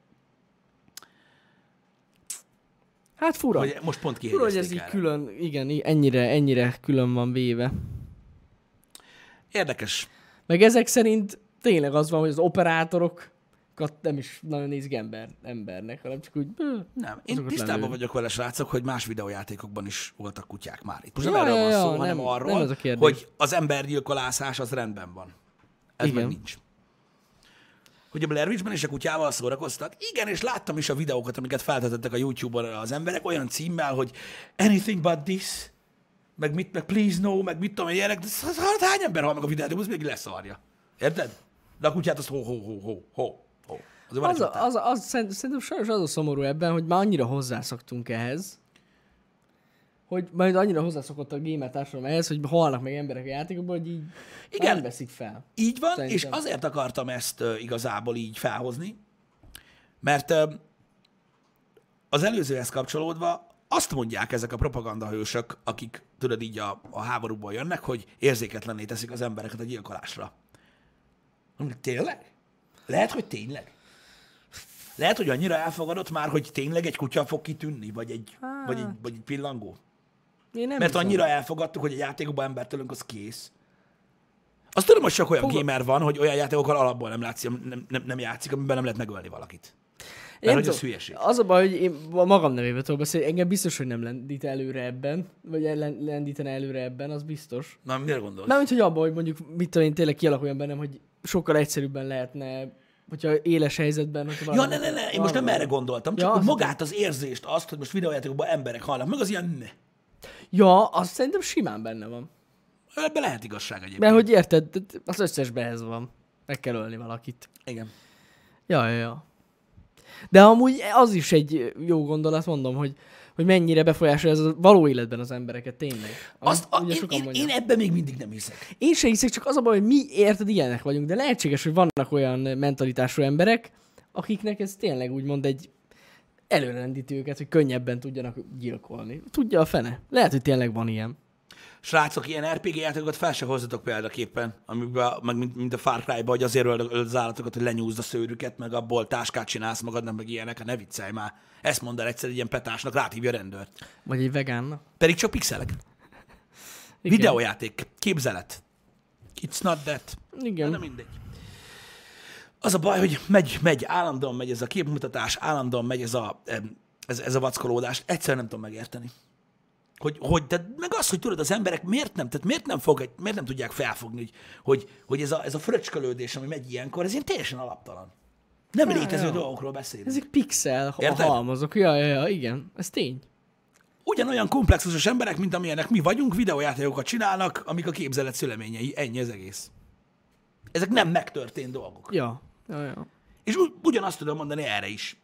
Hát fura. most pont Fura, hogy ez kihegyezték így erre. külön, igen, ennyire külön van véve. Érdekes. Meg ezek szerint tényleg az van, hogy az operátorokat nem is nagyon nézik embernek, hanem csak úgy... Nem, én tisztában vagyok vele, srácok, hogy más videójátékokban is voltak kutyák már itt. Most Ja, nem erről van ja, szó, nem, hanem nem arról, ez a kérdés. hogy az embergyilkolászás az rendben van. Ez Igen. meg nincs. Hogy a Blair Witchben is a kutyával szórakoztak. Igen, és láttam is a videókat, amiket feltetettek a YouTube-on az emberek, olyan címmel, hogy anything but this, meg please no, meg mit tudom, ilyenek, de hány ember hal meg a videót, az még leszarja. Érted? De a kutyát az ho. Azért van egy határ. Szerintem sajnos az a szomorú ebben, hogy már annyira hozzászoktunk ehhez, hogy majd annyira hozzászokott a gamer társadalom ehhez, hogy halnak meg emberek a játékokban, hogy így Igen. nem veszik fel. Így van, Szerintem. és azért akartam ezt igazából így felhozni, mert az előzőhez kapcsolódva azt mondják ezek a propagandahősök, akik tudod így a háborúból jönnek, hogy érzéketlenné teszik az embereket a gyilkolásra. Mondjuk, tényleg? Lehet, hogy tényleg? Lehet, hogy annyira elfogadott már, hogy tényleg egy kutya fog kitűnni, vagy egy pillangó? Én nem Mert hiszem. annyira elfogadtuk, hogy a játékokban embert ölünk, az kész. Azt tudom, hogy sok olyan gamer van, hogy olyan játékokkal alapból nem játszik, amiben nem lehet megölni valakit. Mert hogy az hülyeség. Az a baj, hogy én a magam nevében tudok beszélni, engem biztos, hogy nem lendít előre ebben, vagy lendítene előre ebben, az biztos. Na, mire gondolsz? Nem, hogy abban, hogy mondjuk, mit tudom én, tényleg kialakuljon bennem, hogy sokkal egyszerűbben lehetne, hogyha éles helyzetben... Ja, ne, én most nem erre gondoltam, csak Ja, hogy magát az érzést, azt, hogy most videójátékokban emberek halnak, meg az ilyen ne. Ja, az szerintem simán benne van. Ebben lehet igazság egyébként. Mert hogy érted, az összesben ez van. Meg kell ölni valakit. Igen. Ja. De amúgy az is egy jó gondolat, mondom, hogy mennyire befolyásolja ez a való életben az embereket, tényleg. Én ebben még mindig nem hiszek. Én se hiszek, csak az a baj, hogy mi érted ilyenek vagyunk, de lehetséges, hogy vannak olyan mentalitású emberek, akiknek ez tényleg úgymond egy előrendíti őket, hogy könnyebben tudjanak gyilkolni. Tudja a fene. Lehet, hogy tényleg van ilyen. Srácok, ilyen RPG játékokat fel se hozzatok példaképpen, amiben, meg mint a Far Cry-ba, hogy azért ölöd az állatokat, hogy lenyúzd a szőrüket, meg abból táskát csinálsz magadnak, meg ilyenek, ne viccelj már. Ezt mondd el egyszer egy ilyen petásnak, ráthívja a rendőrt. Vagy egy vegánnak. Pedig csak pixelek. Igen. Videójáték, képzelet. It's not that. Igen. Nem mindegy. Az a baj, hogy megy, állandóan megy ez a képmutatás, állandóan megy ez a vackolódás. Egyszerűen nem tudom megérteni. De meg az, hogy tudod, az emberek miért nem tudják felfogni, hogy ez a fröcskölődés, ami megy ilyenkor, ez ilyen teljesen alaptalan. Nem létező dolgokról beszélünk. Ezek pixel Érted? halmazok. Ja, igen. Ez tény. Ugyanolyan komplexusos emberek, mint amilyenek mi vagyunk, videójátékokat csinálnak, amik a képzelet szüleményei. Ennyi az egész. Ezek nem megtörtént dolgok. Ja. És ugyanazt tudom mondani erre is.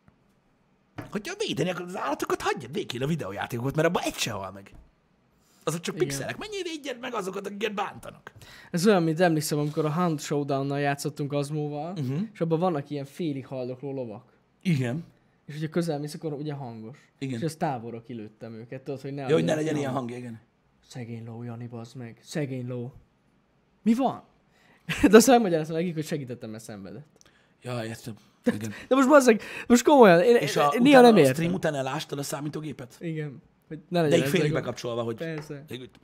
Hogyha védeni akarod az állatokat, hagyjad végén a videójátékokat, mert abban egy se hal meg. Azok csak pixelek. Mennyire védjed meg azokat, akiket bántanak. Ez olyan, mint emlékszem, amikor a Hunt Showdown-nal játszottunk Azmóval, és abban vannak ilyen félig haldokló lovak. Igen. És hogyha közelmész, akkor ugye hangos. Igen. És ezt távolra kilőttem őket, tudod, hogy ne... Jó, hogy ne legyen ilyen hangja, igen. Szegény ló, Jani, bazd meg. Szegény ló. Mi van? De azt megmagyaráztam nekik, hogy segítettem, mert szenvedett. Ja, értem. Igen. De most bazzeg, most komolyan, én És néha nem a értem. stream után elástad a számítógépet? Igen. Hogy ne De legyen egy félig ezzel bekapcsolva, hogy... Persze.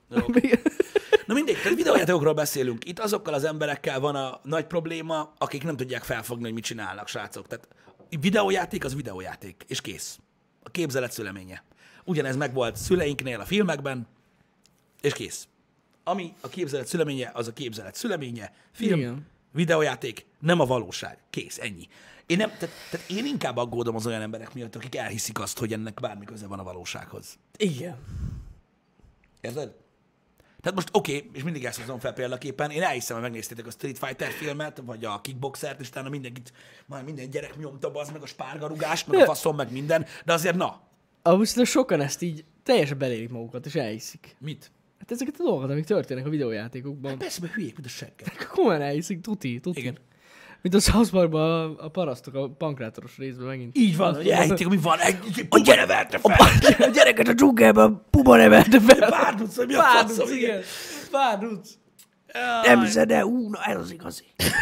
Na mindegy, tehát videójátékokról beszélünk. Itt azokkal az emberekkel van a nagy probléma, akik nem tudják felfogni, hogy mit csinálnak, srácok. Tehát videójáték az videójáték, és kész. A képzelet szüleménye. Ugyanez megvolt szüleinknél a filmekben, és kész. Ami a képzelet szüleménye, az a képzelet szüleménye. Film, Igen. videójáték, nem a valóság. Kész, ennyi. Tehát én inkább aggódom az olyan emberek miatt, akik elhiszik azt, hogy ennek bármi köze van a valósághoz. Igen. Érted? Tehát most oké, és mindig ezt hozom fel példaképpen, én elhiszem, hogy megnéztétek a Street Fighter filmet, vagy a Kickboxert, és utána minden gyerek nyomta az meg a spárgarugást, meg a faszom, meg minden, de azért na. Ahhoz sokan ezt így teljesen belélik magukat, és elhiszik. Mit? Hát ezeket a dolgokat, amik történnek a videójátékokban. Persze, mert hülyék, mint a segget. Komolyan elhiszik, tuti. Igen. Mint a South Parkban a parasztok a pankrátoros részben megint. Így van, hogy elhitték, ami van, egy puba neverte fel. A gyereket a dzsungelben puba nevelte fel. Párduc, hogy mi a faszom, igen. Párduc. Nem hiszed el, na ez az igazi.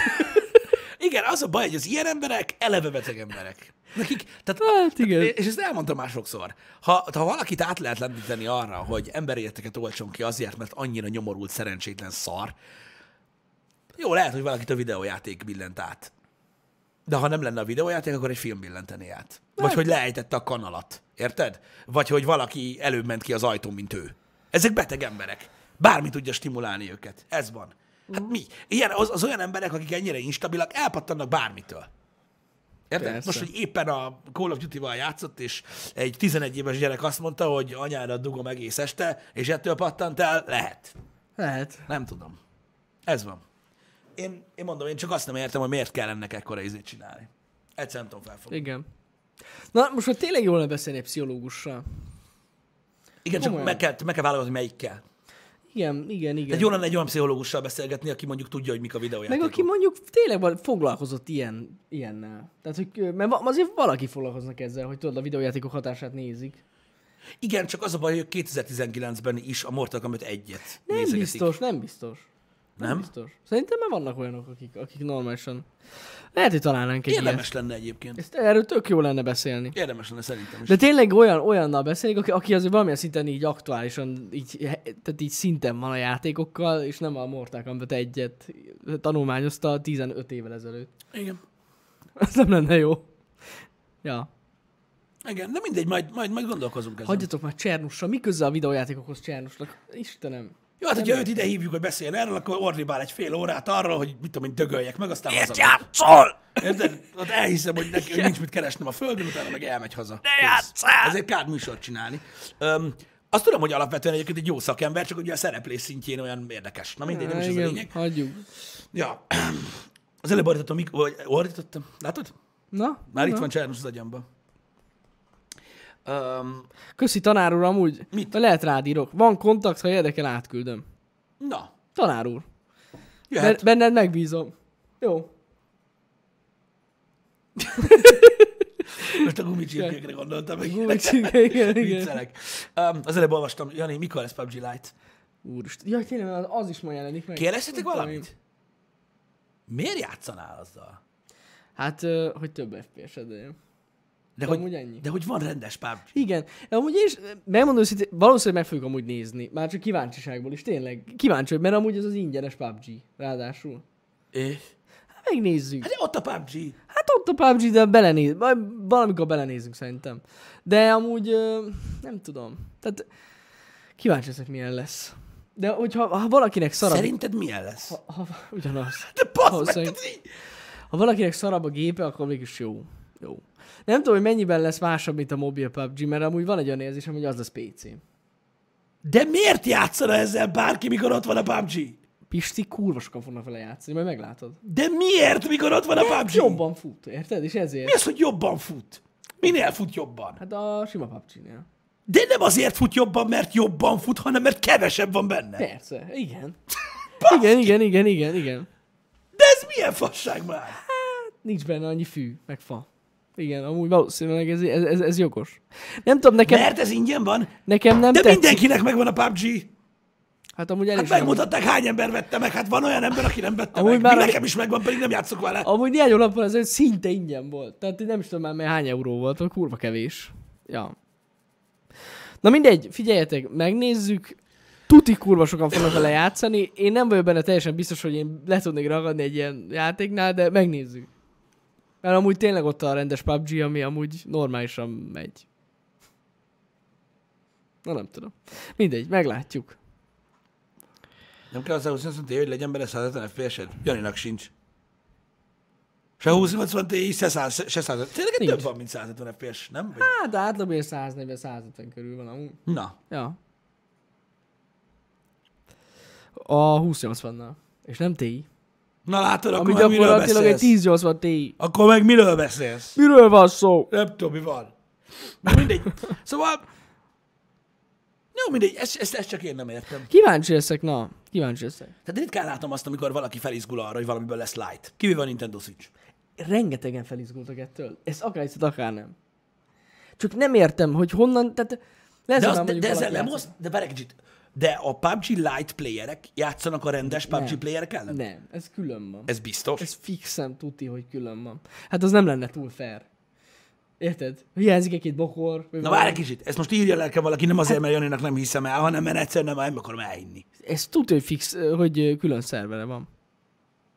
Igen, az a baj, hogy az ilyen emberek eleve beteg emberek. Nekik, tehát, Hát igen. és ezt elmondtam már sokszor. Ha valakit át lehet lendíteni arra, hogy emberéleteket oltson ki azért, mert annyira nyomorult, szerencsétlen szar, Jó, lehet, hogy valakit a videójáték billent át. De ha nem lenne a videójáték, akkor egy film billenteni át. Vagy hogy leejtette a kanalat. Érted? Vagy hogy valaki előbb ment ki az ajtón, mint ő. Ezek beteg emberek. Bármi tudja stimulálni őket. Ez van. Hát mi? Ilyen, az olyan emberek, akik ennyire instabilak, elpattannak bármitől. Érted? Persze. Most, hogy éppen a Call of Duty-val játszott, és egy 11 éves gyerek azt mondta, hogy anyára dugom egész este, és ettől pattant el, lehet. Lehet. Nem tudom. Ez van. Én mondom, én csak azt nem értem, hogy miért kell ennek ekkora ízét csinálni. Egyszer nem tudom felfogni. Igen. Na, most hogy tényleg jól lenne beszélni egy pszichológussal. Igen, csak komolyan. meg kell válogatni, melyikkel. Igen. Tehát jó lenne egy olyan pszichológussal beszélgetni, aki mondjuk tudja, hogy mik a Meg videójátékok. aki mondjuk tényleg foglalkozott ilyennel. Tehát, hogy, mert azért valaki foglalkoznak ezzel, hogy tudod, a videójátékok hatását nézik. Igen, csak az a baj, hogy 2019-ben is a Mortal Kombat 1-et Nem nézegetik. biztos, nem biztos. Nem? Biztos. Szerintem már vannak olyanok, akik normálisan... Lehet, hogy találnánk egy Érdemes ilyet. lenne egyébként. Erről tök jó lenne beszélni. Érdemes lenne szerintem is. De tényleg olyannal beszélni, aki azért valamilyen szinten így aktuálisan, tehát így szinten van a játékokkal, és nem a Mortal Kombat 1-et tanulmányozta 15 évvel ezelőtt. Igen. Ez nem lenne jó. Ja. Igen, de mindegy, majd gondolkozunk ezen. Hagyjatok már Csernussal. Mi köze a videójátékokhoz Csernusnak? Istenem. Jó, hát hogyha őt ide hívjuk, hogy beszéljen erről, akkor ordibál egy fél órát arról, hogy mit tudom én, dögöljek meg, aztán Miért hazamegy. játszol? Érted? Ott elhiszem, hogy neki nincs mit keresnem a földön, utána meg elmegy haza. Ne játsszál! Ezért kár műsort csinálni. Azt tudom, hogy alapvetően egyébként egy jó szakember, csak ugye a szereplés szintjén olyan érdekes. Na mindegy, nem is ez a Igen, lényeg. hagyjuk. Ja. Az előbb ordítottam. Látod? Na? Már na. itt van Csernus az agyamban. Köszi, tanár úr, amúgy. Mit? Lehet rád írok. Van kontakt, ha érdekel, átküldöm. Na, Tanár úr. jöhet. Benned megbízom. Jó. Most a gumicsirkékre gondoltam. Gumicsirke, igen. Viccelek. Az előbb olvastam, Jani, mikor lesz PUBG Lite? Úristen. Jaj, tényleg, az is ma jelenik meg. Kérdeztetek Nem tudom valamit? Miért játszanál azzal? Hát, hogy több FPS-ed legyen. De amúgy ennyi. de hogy van rendes PUBG. Igen. Amúgy én is, megmondom őszintén, valószínűleg meg fogjuk amúgy nézni. Már csak kíváncsiságból is, tényleg. Kíváncsi vagy, mert amúgy ez az ingyenes PUBG. Ráadásul. És? Hát megnézzük. Hát ott a PUBG. Hát ott a PUBG, de majd valamikor belenézünk szerintem. De amúgy nem tudom. Tehát kíváncsi leszek, milyen lesz. De hogyha valakinek szarabb... Szerinted milyen lesz? Ugyanaz. De bassz meg, Valószínűleg. tehát így. Ha valakinek szarabb a gépe, akkor mégis jó. Jó. Nem tudom, hogy mennyiben lesz másabb, mint a mobil PUBG, mert amúgy van egy olyan érzésem, hogy az lesz PC. De miért játszana ezzel bárki, mikor ott van a PUBG? Pisti kurva sokan fognak vele játszani, majd meglátod. De miért, mikor ott van a PUBG? Jobban fut, érted? És ezért. Mi az, hogy jobban fut? Minél fut jobban? Hát a sima PUBG-nél. De nem azért fut jobban, mert jobban fut, hanem mert kevesebb van benne. Persze, igen. Basz, Igen. De ez milyen fasság már? Nincs benne annyi fű, meg fa. Igen, amúgy valószínűleg ez jogos. Nem tudom, Mert ez ingyen van? nekem nem De tetszik. mindenkinek megvan a PUBG. Hát amúgy elég Hát sok- megmutatták, hány ember vette meg. Hát van olyan ember, aki nem vette Amúgy meg. már Mi a- nekem is megvan, pedig nem játszok vele. Amúgy néhány hónappal ezelőtt szinte ingyen volt. Tehát nem is tudom már, mert hány euró volt, vagy kurva kevés. Ja. Na mindegy, figyeljetek, megnézzük. Tuti kurva sokan fognak vele játszani. Én nem vagyok benne teljesen biztos, hogy én le tudnék ragadni egy ilyen játéknál, de megnézzük. Mert amúgy tényleg ott a rendes PUBG, ami amúgy normálisan megy. Na nem tudom. Mindegy, meglátjuk. Nem kell az 2080 Ti, hogy legyen bele 150 FPS-ed? Janinak sincs. Se 2080 Ti, se 100. Tényleg Nincs. több van, mint 150 FPS, nem? Vagy... Hát átlagban 140-150 körül van amúgy. Na, Ja. A 2080-nal. És nem TI. na látod, akkor Ami meg miről gyakorlatilag egy beszélsz? 1080 Ti. Akkor meg miről beszélsz? Miről van szó? Nem tudom, mi van. Na mindegy. Szóval... Jó, mindegy, ezt csak én nem értem. Kíváncsi leszek, na. Kíváncsi leszek. Tehát ritkán látom azt, amikor valaki felizgul arra, hogy valamiből lesz light. Kivéve a Nintendo Switch. Rengetegen felizgultak ettől. Ezt akár hiszed, akár nem. Csak nem értem, hogy honnan, tehát... De ezzel nem hoz, de várj egy kicsit. De a PUBG Lite playerek játszanak a rendes PUBG Nem. playerek ellen? Nem, ez külön van. Ez biztos? Ez fixen tuti, hogy külön van. Hát az nem lenne túl fair. Érted? Hiányzik egy-két bokor. vagy Na valami. várj egy kicsit, ezt most írja le valaki, nem azért, mert Janinak nem hiszem el, hanem mert egyszerűen nem akarom elhinni. Ez tudja, hogy fix, hogy külön szervere van.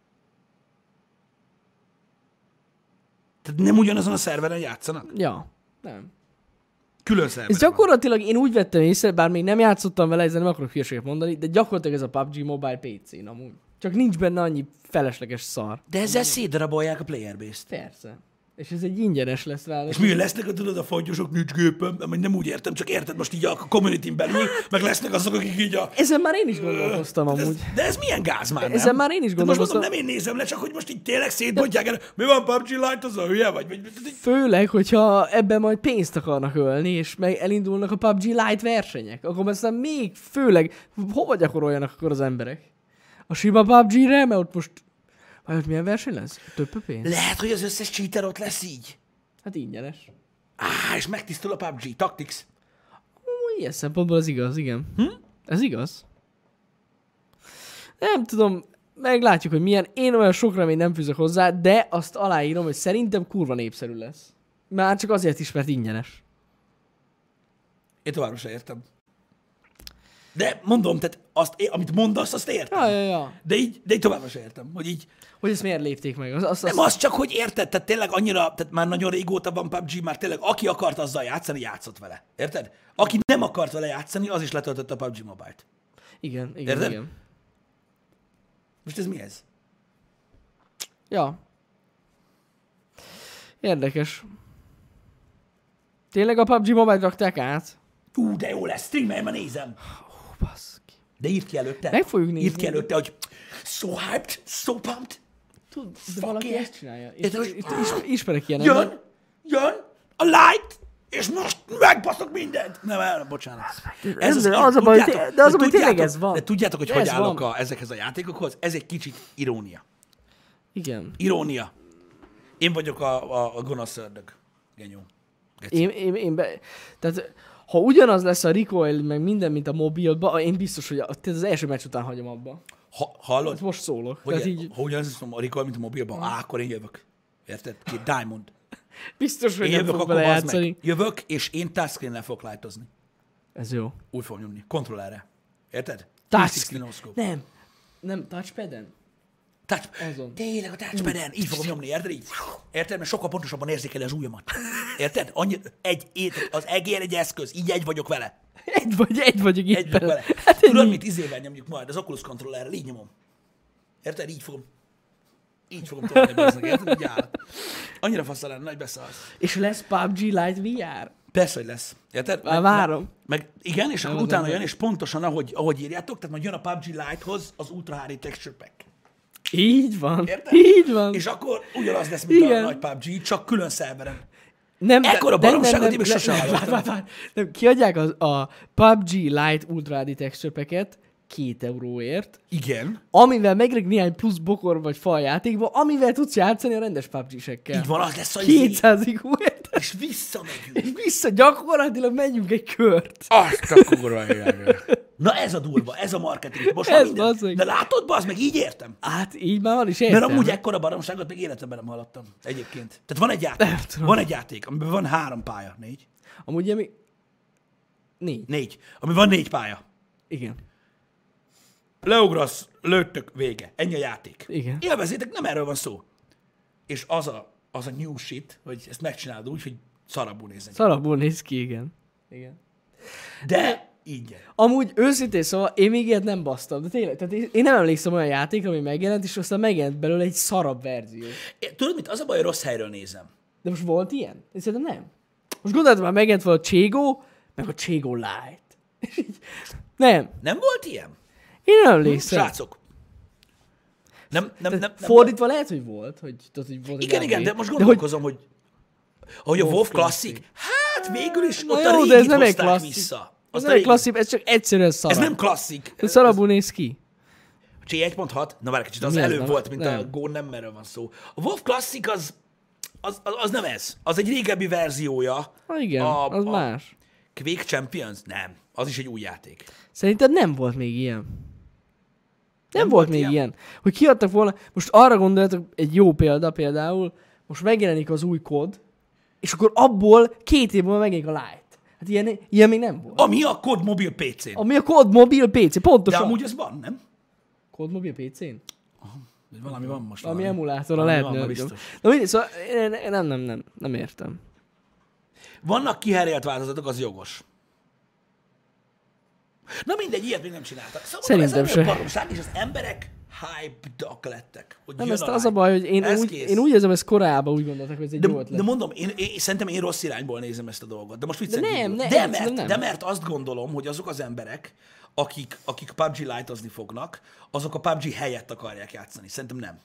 Tehát nem ugyanazon a szerveren játszanak? Ja, nem. Külön szerveren. Ez gyakorlatilag én úgy vettem észre, bár még nem játszottam vele, ezzel nem akarok hülyeséget mondani, de gyakorlatilag ez a PUBG Mobile PC-n amúgy. Csak nincs benne annyi felesleges szar. De ezzel szétdarabolják a player base-t. Persze. És ez egy ingyenes lesz rá. És mi lesznek, tudod, a fontyosok nincs gépem, mert nem úgy értem, csak érted most így a community-n belül, meg lesznek azok, akik így a... Ezen már én is gondolkoztam amúgy. De ez milyen gáz már, nem? Ezen már én is De most gondolkoztam. mondom, nem én nézem le, csak hogy most így tényleg szétbontják el. Mi van, PUBG Lite, az a hülye vagy? Főleg, hogyha ebben majd pénzt akarnak ölni, és meg elindulnak a PUBG Lite versenyek, akkor aztán még főleg, hova gyakoroljanak akkor az emberek? A sima PUBG-re, mert ott most... Vagy ott milyen verseny lesz? Több pénz? Lehet, hogy az összes cheater ott lesz így. Hát ingyenes. És megtisztul a PUBG. Tactics. Ilyen szempontból ez igaz, igen. Ez igaz. Nem tudom, meglátjuk, hogy milyen. Én olyan sok reményt nem fűzök hozzá, de azt aláírom, hogy szerintem kurva népszerű lesz. Már csak azért is, mert ingyenes. Én továbbra sem értem. De mondom, tehát azt, amit mondasz, azt értem. Ja. De így továbbra sem értem, hogy így... Hogy ezt miért lépték meg? Nem az csak, hogy érted, tehát tényleg annyira, tehát már nagyon régóta van PUBG, már tényleg aki akart azzal játszani, játszott vele. Érted? Aki nem akart vele játszani, az is letöltötte a PUBG Mobile-t. Igen. Érted? Most ez mi ez? Ja. Érdekes. Tényleg a PUBG Mobile rakták át? De jó lesz, streamelj, már nézem. Baszki. De írt ki előtte. Meg fogjuk nézni. Írt ki előtte, hogy so hyped, so pumped. Tud, de valaki yeah. ezt csinálja. Érted? Ismerek ilyen ember. Jön a light, és most megbaszok mindent. Nem, bocsánat. Az a baj, de az a baj, tényleg ez van. De tudjátok, hogy De hogy ez állok van. ezekhez a játékokhoz? Ez egy kicsit irónia. Igen. Irónia. Én vagyok a gonosz ördög. Genyó. Tehát, ha ugyanaz lesz a recoil, meg minden, mint a mobilba, én biztos, hogy az első meccs után hagyom abba. Hallod? Hát most szólok. Hogy, így... ha ugyanaz a recoil, mint a mobilban, akkor én jövök. Érted? Két Diamond. Biztos, hogy Én nem jövök, fog akkor vele bazd meg. játszani. Jövök, és én touchscreen-nel fogok lightozni. Ez jó. Úgy fogom nyomni. Kontrollerre. Érted? Touchscreen. Nem, touchpaden? Azon. Tényleg a touchpaden. Így fogom nyomni, érted? Így. Érted? Mert sokkal pontosabban érzékeli az ujjamat. Érted? Az egér egy eszköz. Így egy vagyok vele. Egy vagyok itt Egy vagyok vele. Hát Tudod, mit izével nyomjuk majd? Az Oculus controllerrel. Így nyomom. Érted? Így fogom tolni bezzeg. Érted? Így áll. Annyira faszal lenne, nagy beszarsz. És lesz PUBG Lite VR? Persze, hogy lesz. Érted? Már várom. Meg igen, és akkor az utána nem jön, és pontosan ahogy írjátok, tehát majd jön a PUBG Lite-hoz az Ultra HD Texture Pack. Így van. Érted? Így van. És akkor ugyanaz lesz, mint Igen. a nagy PUBG, csak külön szerveren. Nem, Ekkora baromságot én még sosem hallottam. Nem, kiadják a PUBG Lite Ultra HD Texture Packet 2 euróért, Igen. amivel megreg néhány plusz bokor vagy fal játékba, amivel tudsz játszani a rendes PUBG-sekkel. Így van, az lesz a 200 IQ-ért. És visszamegyünk. És gyakorlatilag megyünk egy kört. Azt a kurva életet. Na ez a durva, ez a marketing. Most már Ez minden. bazzeg. De látod, bazd meg, így értem. Hát így már van is értem. Mert amúgy ekkora baromságot még életemben nem hallottam. Egyébként. Tehát van egy Nem játék. tudom. Van egy játék, amiben van 3 pálya. 4? Amúgy ilyen még... 4. 4. Ami van 4 pálya. Igen. Leugrasz, lőttök, vége. Ennyi a játék. Igen. Élvezétek, nem erről van szó. És az a new shit, hogy ezt megcsinálod úgy, hogy szarabul nézzen. Szarabból néz ki, igen. Igen. De ingyen. Amúgy őszintén szóval én még ilyet nem basztam, de tényleg, tehát én nem emlékszem olyan játékra, ami megjelent, és aztán megjelent belőle egy szarabb verzió. Tudod mit? Az a baj, hogy rossz helyről nézem. De most volt ilyen? Én szerintem nem. Most gondoltam, már megjelent volt a Cségó, meg a Cségó Lite. És így, nem. Nem volt ilyen? Én nem emlékszem. Srácok. Nem Fordítva lehet, hogy volt. Hogy, tudod, hogy volt igen, de most gondolkozom, hogy a WoW Classic, hát végül is Na ott jó, a de régit ez nem egy hozták klasszik. vissza. Ez nem egy klasszik, ez csak egyszerűen szar. Ez nem klasszik. Ez szarabul néz ki. C1.6? Na várj kicsit, az Mi ez? előbb Nem. volt, mint a Nem. Go, nem erről van szó. A WoW Classic az nem ez. Az egy régebbi verziója. Ha igen, az más. Quake Champions? Nem. Az is egy új játék. Szerintem nem volt még ilyen. Nem volt még ilyen. Hogy kiadtak volna, most arra gondoljatok, egy jó példa például, most megjelenik az új kod, és akkor abból 2 év múlva megjelenik a Lite. Hát ilyen még nem volt. Ami a kod mobil PC-n. Ami a kod mobil PC, De pontosan. amúgy ez van, nem? Kod mobil PC-n? Valami van most. Valami emulátora valami lehetne. van, Nem biztos. tudom. Na mindegy, szóval nem értem. Vannak kiherélt változatok, az jogos. Na mindegy, ilyet még nem csináltak. Szóval Szerintem ez se. a baromság, és az emberek hyped lettek. Hogy Nem, jön ez a az a hype. baj, hogy Ez kész. én úgy érzem, ezt korábban úgy gondoltak, hogy ez egy jó De ötlet. mondom, szerintem én rossz irányból nézem ezt a dolgot. De most viccen De nem, kívül. nem, de, szerintem mert, nem. de mert azt gondolom, hogy azok az emberek, akik PUBG Lite-ozni fognak, azok a PUBG helyett akarják játszani. Szerintem nem.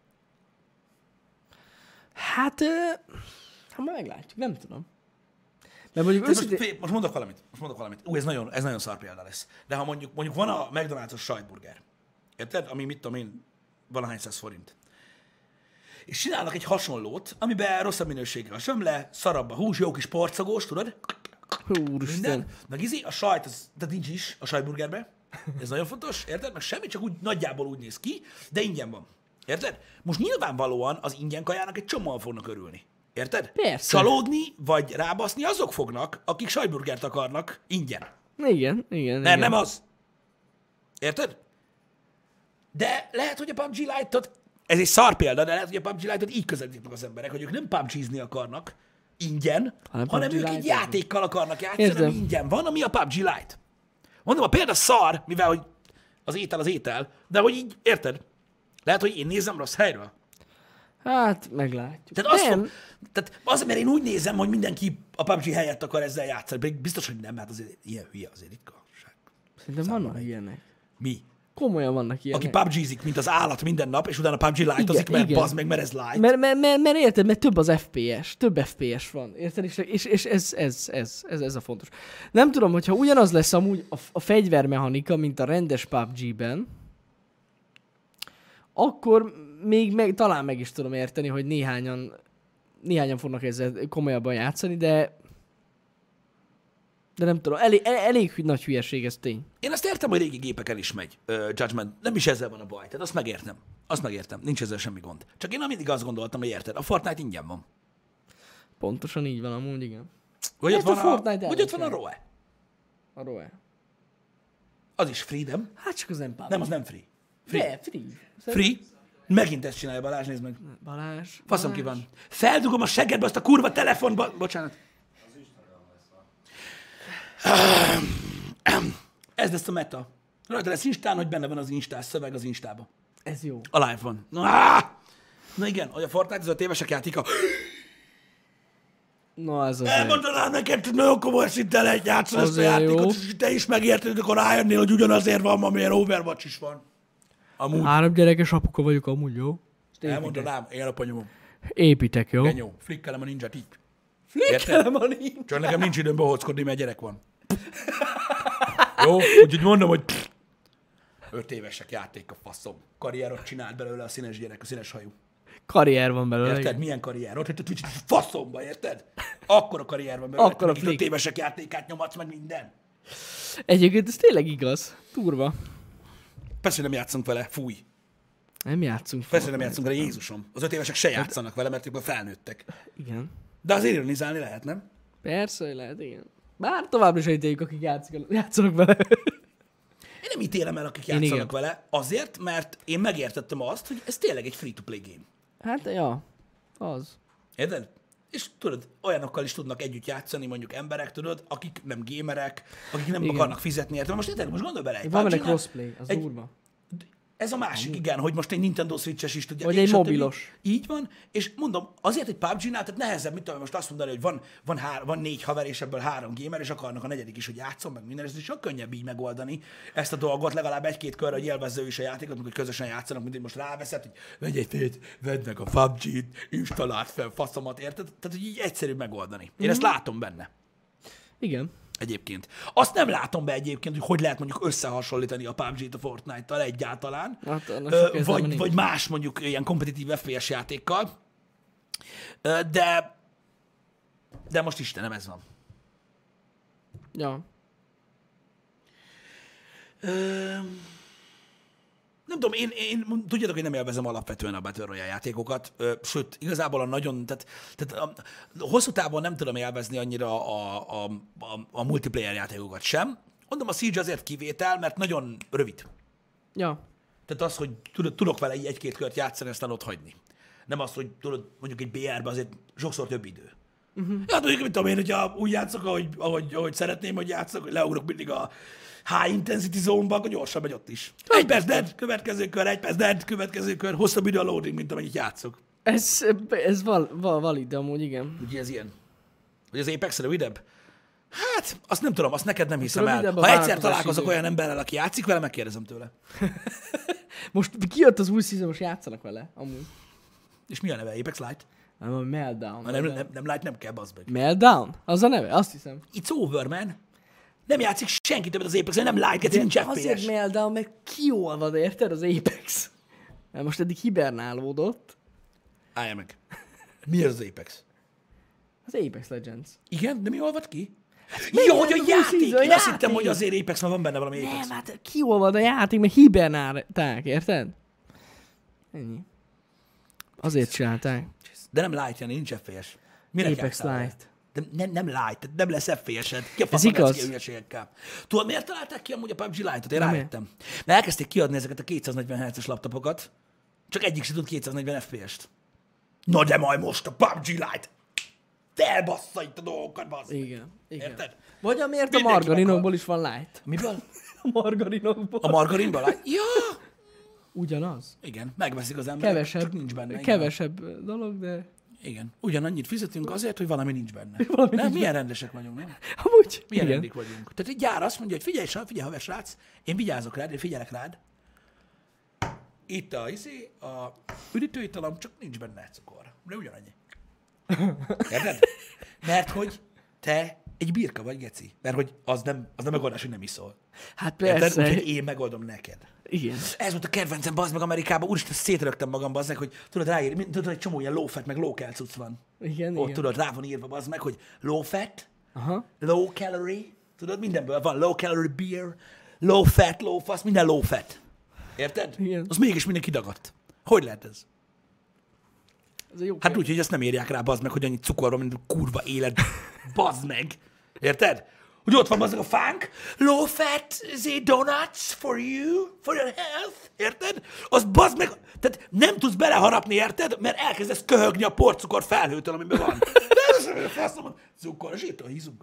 Hát majd meglátjuk, nem tudom. Mert mondjuk Tehát őszintén... most mondok valamit. Ez nagyon szar példa lesz. De ha mondjuk van a McDonald's-os sajtburger, érted? Ami mit tudom én, valahány száz forint. És csinálnak egy hasonlót, amiben rosszabb minőségű a sömle, szarabb a hús, jó kis porcogós, tudod? Úristen. Minden. Meg a sajt, de nincs is a sajtburgerben. Ez nagyon fontos, érted? Meg semmi, csak úgy nagyjából úgy néz ki, de ingyen van. Érted? Most nyilvánvalóan az ingyen kajának egy csomóan fognak örülni. Érted? Persze. Csalódni, vagy rábaszni azok fognak, akik sajtburgert akarnak ingyen. Igen. Nem az. Érted? De lehet, hogy a PUBG Lite-ot, ez egy szar példa, de lehet, hogy a PUBG Lite-ot így közelítik meg az emberek, hogy ők nem PUBG-zni akarnak ingyen, hanem PUBG ők egy Lite-ozni. játékkal akarnak játszani, Értem. ami ingyen van, ami a PUBG Lite. Mondom, a példa szar, mivel hogy az étel, de hogy így, érted? Lehet, hogy én nézem rossz helyről. Hát, meglátjuk. Tehát az, mert én úgy nézem, hogy mindenki a PUBG helyett akar ezzel játszani, pedig biztos, hogy nem, hát azért ilyen hülye azért ritkaság. Szerintem vannak ilyenek. Mi? Komolyan vannak ilyenek. Aki PUBG-zik, mint az állat minden nap, és utána PUBG Lite-ozik, mert igen. bazd meg, mert ez Lite. Mert érted, mert több az FPS, több FPS van, érted? És ez a fontos. Nem tudom, hogyha ugyanaz lesz amúgy a fegyvermechanika, mint a rendes PUBG-ben, akkor még talán meg is tudom érteni, hogy néhányan fognak ezzel komolyabban játszani, de nem tudom, elég nagy hülyeség ez tény. Én azt értem, hogy régi gépeken is megy Judgment. Nem is ezzel van a baj. Tehát azt megértem. Nincs ezzel semmi gond. Csak én mindig azt gondoltam, hogy érted, a Fortnite ingyen van. Pontosan így van amúgy, igen. Vagy ott Hát a van Fortnite vagy ott van a elég ROE. A ROE. Az is Freedom. Hát csak az nem PUBG. Nem, az nem free. De, free. Free. Megint ezt csinálja Balázs, nézd meg. Balázs. Faszom ki van. Feldugom a seggedbe azt a kurva telefonba. Bocsánat. Ez lesz a meta. Rajta lesz Instán, hogy benne van az Instás szöveg az Instába. Ez jó. A live van. Na igen, hogy a Fortnite az 5 évesek játéka. Na, ez az. Elmondanám neked, hogy nagyon komoly szinten lehet játszani ezt a Azért jó. játékot, és te is megérted, akkor rájönnél, hogy ugyanazért van, amilyen Overwatch is van. Amúgy. 3 gyerekes apuka vagyok amúgy, jó? Elmondanám, én a panyomom. Építek, jó? Genyó, flikkelem a ninját így. Flikkelem a nincs. Csak nekem nincs időm bohóckodni, mert gyerek van. Jó? Úgyhogy mondom, hogy 5 évesek játék a faszom. Karrierot csinált belőle a színes gyerek, a színes hajú. Karrier van belőle. Érted? Milyen karrier? Ott a Twitch faszomba, érted? Akkora karrier van belőle, Akkora hogy 5 flik. évesek játékát nyomatsz meg minden. Egyébként ez tényleg igaz. Turva. Persze nem játszunk vele, fúj. Nem játszunk. Persze nem játszunk vele, Jézusom. Az 5 évesek se játszanak vele, mert ők már felnőttek. Igen. De azért ironizálni lehet, nem? Persze, hogy lehet, igen. Bár továbbra is ítéljük, akik játszanak vele. Én nem ítélem el, akik Én játszanak igen. vele, azért, mert én megértettem azt, hogy ez tényleg egy free-to-play game. Hát, ja. Az. Érted? És tudod, olyanokkal is tudnak együtt játszani, mondjuk emberek, tudod, akik nem gamerek, akik nem Igen. akarnak fizetni érte. Most érted, most gondolj bele, egy Van benne PUBG-nál crossplay, az egy- durva. Ez a másik, igen, hogy most egy Nintendo Switch-es is tudja. Vagy és egy stb. mobilos. Így van, és mondom, azért egy PUBG-nál, tehát nehezebb, mint tudom, most azt mondani, hogy van 4 haver, és ebből 3 gamer, és akarnak a negyedik is, hogy játszon, meg minden, ez is sok könnyebb így megoldani ezt a dolgot, legalább 1-2 körre, hogy élvezze ő is a játékot, amikor közösen játszanak, mint hogy most ráveszed, hogy vegy egy fét, vedd meg a PUBG-t, installáld fel, faszomat, érted? Tehát, hogy így egyszerűbb megoldani. Én ezt látom benne. Igen. Egyébként. Azt nem látom be egyébként, hogy lehet mondjuk összehasonlítani a PUBG-t a Fortnite-tal egyáltalán, Hát, annak sok értelme nincs. vagy más mondjuk ilyen kompetitív FPS játékkal, de most Istenem, ez van. Ja. Nem tudom, én tudjátok, hogy nem élvezem alapvetően a Battle Royale játékokat, sőt, igazából tehát hosszú távon nem tudom élvezni annyira a multiplayer játékokat sem. Mondom, a Siege azért kivétel, mert nagyon rövid. Ja. Tehát az, hogy tudok vele így egy-két kört játszani, aztán ott hagyni. Nem az, hogy tudod, mondjuk egy BR-ben azért sokszor több idő. Ja, mondjuk, mit tudom én, hogyha úgy játszok, ahogy szeretném, hogy játszok, hogy leugrok mindig a high intensity zone-ba, akkor gyorsan megy ott is. 1 perc dead, következő kör, 1 perc dead, következő kör, hosszabb idő a loading, mint amennyit játszok. Ez valid, amúgy igen. Ugye ez ilyen. Hogy az Apex rövidebb? Hát, azt nem tudom, azt neked nem hiszem el. Rövidebb a Ha egyszer várakozási találkozok idő. olyan emberrel, aki játszik vele, megkérdezem tőle. Most kijött az új season, most játszanak vele, amúgy. És mi a neve? Apex Light? Nem, a Meltdown. Ha nem Light, nem kell, bazd meg. Meltdown? Az a neve? Azt hiszem. It's over, man. Nem játszik senki többet az Apex, nem Light, geci, nincs Azért FPS. Meltdown, mert kiolvad, érted, az Apex. Mert most eddig hibernálódott. Állja meg. Mi az Apex? Az Apex Legends. Igen, de mi olvad ki? Mi Jó, az hogy a új játék! season, Én azt játék! hittem, hogy azért Apex, mert van benne valami Apex. Nem, hát kiolvad a játék, mert hibernálták, érted? Ennyi. Azért csinálták. De nem Light, Jani, nincs FPS. Mire Apex játszál vele? Light. De nem Light, nem lesz FPS-ed. Ki a Ez faszom igaz. lesz ki a hülyeségekkel? Tudod, miért találták ki amúgy a PUBG Lite-ot? Én Nem rájöttem. Mert elkezdték kiadni ezeket a 240 Hz-es laptopokat, csak egyik se tud 240 FPS-t. Na de majd most a PUBG Lite felbassza itt a dolgokat, bassz. Igen. Érted? Vagy amiért a Mindenki margarinokból is van light. Miből? A margarinokból. A margarinban Lite? Ja! Ugyanaz. Igen, megveszik az emberek, Kevesebb, csak nincs benne. Igen. kevesebb dolog, de... Igen. Ugyanannyit fizetünk azért, hogy valami nincs benne. Valami Nem? nincs Milyen rendesek vagyunk, nem? Amúgy, Milyen igen. rendik vagyunk. Tehát egy gyár azt mondja, hogy figyelj haver srác, én vigyázok rád, én figyelek rád. Itt a üdítőitalom, csak nincs benne cukor. De ugyanannyi. Érted? Mert hogy te egy birka vagy, geci. Mert hogy az nem megoldás, hogy nem iszol. Hát Érted? persze. Úgyhogy én megoldom neked. Igen. Ez volt a kedvencem, bazd meg Amerikában, úristen, szétrögtem magam, bazd meg, hogy tudod ráírni, tudod, egy csomó ilyen low fat, meg low cal cucc van. Igen, Ott igen. tudod, rá van írva, bazd meg, hogy low fat, Aha. low calorie, tudod, mindenből van low calorie beer, low fat, low fast, minden low fat. Érted? Igen. Az mégis mindenki dagadt. Hogy lehet ez? Ez a jó Hát úgy, hogy ezt nem írják rá, bazd meg, hogy annyi cukor van, mint a kurva élet. Bazd meg. Érted? Hogy ott van bazd meg a fánk, low fat, donuts for you, for your health. Érted? Az bazd meg, tehát nem tudsz beleharapni, érted? Mert elkezdesz köhögni a porcukor felhőtől, amiben van. De ez az, faszom, cukor, zsírtől hízunk.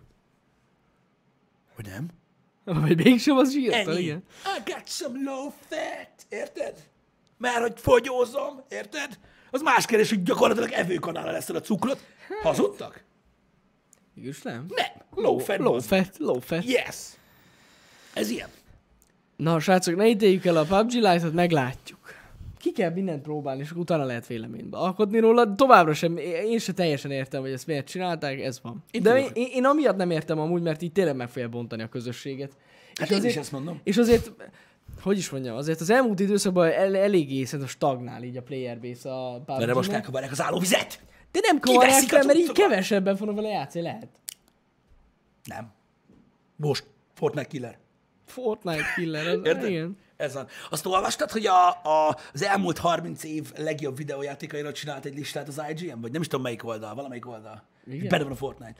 Hogy nem? Vagy mégsem az zsírtal, Ennyi. igen. I got some low fat, érted? Mert hogy fogyózom, érted? Az más kérdés, hogy gyakorlatilag evőkanála lesz a cukrot. Hazudtak? Igaz, nem? Nem. Low fat. Low bazd meg. fat, low fat. Yes. Ez ilyen. Na, srácok, ne ítéljük el a PUBG Lite-ot, meglátjuk. Ki kell mindent próbálni, és utána lehet véleménybe alkotni róla. Továbbra sem, én se teljesen értem, hogy ezt miért csinálták, ez van. Én De tudok. én amiatt nem értem amúgy, mert így tényleg meg fogja bontani a közösséget. Hát És én is ezt mondom. És azért, hogy is mondjam, azért az elmúlt időszakban eléggé szerintem stagnál így a player base a PUBG-nek. Mert most elkavarják az állóvizet. De nem kavarják Kiveszik a fel, mert így cuccokat. kevesebben fognak vele játszani, lehet. Nem. Most. Fortnite killer. Fortnite killer, az, Érted? igen. Ez van. Azt olvastad, hogy az elmúlt 30 év legjobb videójátékairól csinált egy listát az IGN? Vagy nem is tudom melyik oldal, valamelyik oldal. Igen? Benne van a Fortnite.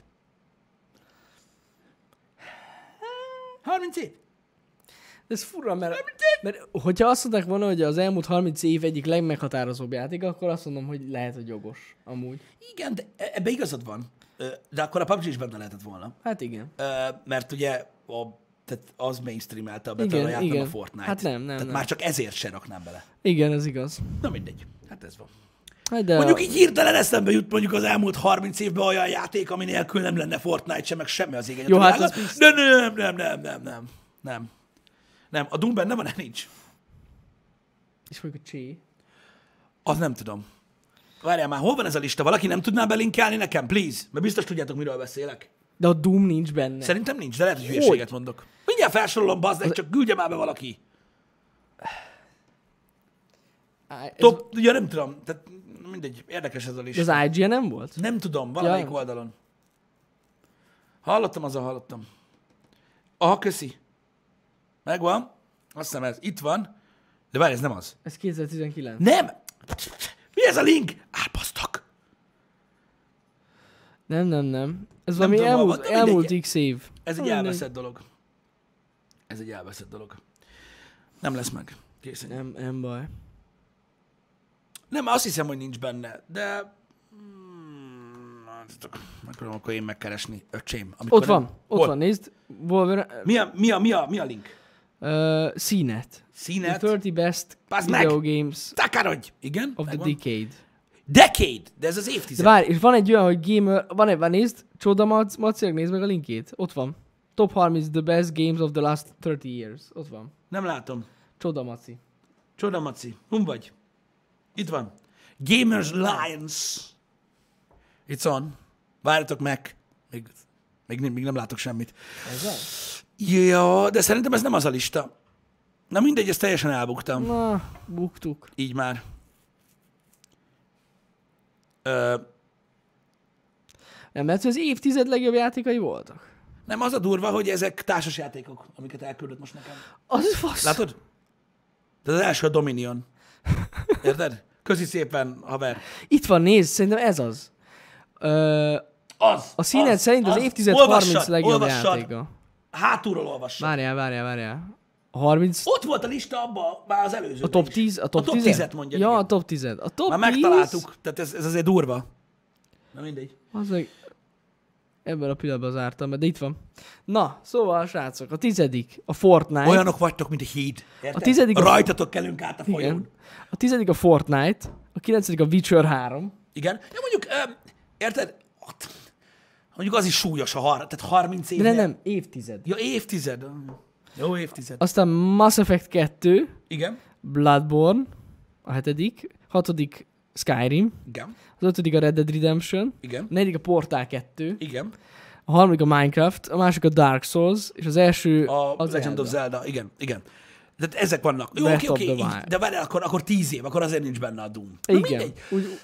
30 év? De ez fura, mert hogyha azt mondták volna, hogy az elmúlt 30 év egyik legmeghatározóbb játék, akkor azt mondom, hogy lehet, hogy jogos. Amúgy. Igen, de ebbe igazad van. De akkor a PUBG is benne lehetett volna. Hát igen. Mert ugye tehát az mainstreamelte a Battle Igen, Royale-t, nem igen. a Fortnite. Hát nem, Tehát nem. már csak ezért se raknám bele. Igen, ez igaz. Na mindegy. Hát ez van. Hát de Mondjuk így hirtelen eszembe jut mondjuk az elmúlt 30 évben olyan játék, ami nélkül nem lenne Fortnite sem, meg semmi az ég. Jó, hát az biztos. De nem. Nem, a Doom benne van, nincs. És mondjuk a Csé. Az nem tudom. Várjál már, hol van ez a lista? Valaki nem tudná belinkelni nekem, please? Mert biztos tudjátok, miről beszélek. De a Doom nincs benne. Szerintem nincs, de lehet, hogy hülyeséget mondok. Mindjárt felsorolom, bazdek, csak küldje már be valaki. Top, ja nem tudom, tehát mindegy, érdekes ez a lista. De az IGN nem volt? Nem tudom, valamelyik Ja. oldalon. Hallottam. Aha, köszi. Megvan. Azt hiszem ez itt van. De várj, ez nem az. Ez 2019. Nem! Mi ez a link? Elbasztak. Nem. Ez valami tudom, hol van, elmúlt, de mindegy. elmúlt X év. Ez egy Mindegy. elveszett dolog. Ez egy elveszett dolog. Nem lesz meg. Készen. Nem baj. Nem, azt hiszem, hogy nincs benne, de... Megpróbálom akkor én megkeresni, öcsém. Ott van, nézd. Wolverine... Mi a link? CNET. CNET? The 30 best Bazd video meg! games Takarodj! Igen? of the megvan. decade. Decade! De ez az De évtized. várj, és van egy olyan, hogy gamer... Van, nézd. Csoda Maciak, nézd meg a linkét. Ott van. Top 30 the best games of the last 30 years. Ott van. Nem látom. Csoda Maci. Csoda, Maci. Hon vagy? Itt van. Gamers Lions. It's on. Várjatok meg. Még nem látok semmit. Ez az? Ja, de szerintem ez nem az a lista. Na mindegy, ezt teljesen elbuktam. Na, buktuk. Így már. Nem, mert az évtized legjobb játékai voltak. Nem, az a durva, hogy ezek társasjátékok, amiket elküldött most nekem. Az fasz. Látod? De az első a Dominion. Érted? Köszi szépen, haver. Itt van, nézd, szerintem ez az. Az. A színet szerint az évtized Olvassad, 30 legjobb olvassad. játéka. Hátulról olvassad. Várjál. A 30... Ott volt a lista abban már az előző. A top 10? A top 10-et mondja. Ja, igen. a top 10. A top 10... Már megtaláltuk, tehát ez azért durva. Na mindegy. Az meg... Ebben a pillanatban zártam, de itt van. Na, szóval, srácok, a 10. a Fortnite. Olyanok vagytok, mint a híd. Érted? A 10. Rajtatok kelünk át a folyón. Igen. A 10. a Fortnite. A 9. a Witcher 3. Igen. Ja, mondjuk, érted? Mondjuk az is súlyos, tehát 30 év. De nem, évtized. Ja, évtized. Jó évtized. Aztán Mass Effect 2, Igen. Bloodborne, a 7. 6. Skyrim, Igen. az 5. a Red Dead Redemption, Igen. a 4. a Portal 2, Igen. a 3. a Minecraft, a másik a Dark Souls, és az első A az Legend of Zelda. Igen. Igen. Tehát ezek vannak. Jó, Breath oké. of the Wild. De várj, akkor 10 év, akkor azért nincs benne a Doom. Na, Igen. mindegy. Úgy,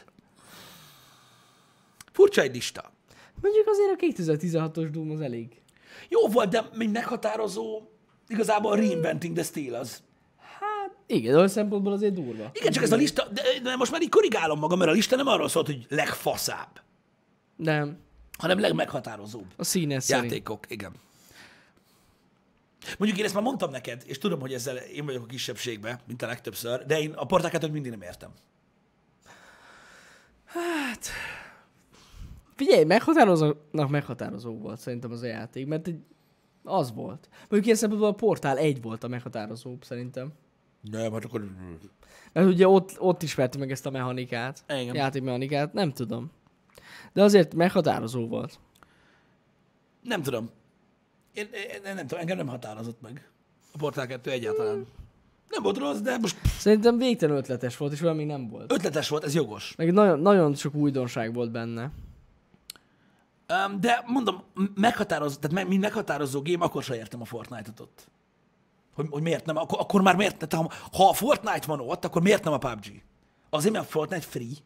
Furcsa egy lista. mondjuk azért a 2016-os Doom az elég. Jó volt, de még meghatározó, igazából a Reinventing the Steel az. Igen, olyan szempontból azért durva. Igen, csak ez a lista, de most már így korrigálom magam, mert a lista nem arról szólt, hogy legfaszább, Nem, hanem legmeghatározóbb a színes szerint. játékok. Igen. Mondjuk én ezt már mondtam neked, és tudom, hogy ezzel én vagyok a kisebbségben, mint a legtöbbször, de én a Portal 2-t mindig nem értem. Hát... Figyelj, meghatározó volt szerintem az a játék, mert az volt. Mondjuk ilyen szempontból a Portál 1 volt a meghatározóbb szerintem. Nem, hát akkor... Mert ugye ott ismerti meg ezt a mechanikát, Igen. játékmechanikát, nem tudom. De azért meghatározó volt. Nem tudom. Én nem tudom, engem nem határozott meg. A Portal 2 egyáltalán. Nem volt rossz, de most Szerintem végtelen ötletes volt, és olyan még nem volt. ötletes volt, ez jogos. Meg nagyon, nagyon sok újdonság volt benne. De mondom, tehát mint meghatározó game, akkor sem értem a Fortnite-ot ott. Hogy miért nem, akkor már miért, tehát ha a Fortnite van ott, akkor miért nem a PUBG? Azért, mert a Fortnite free?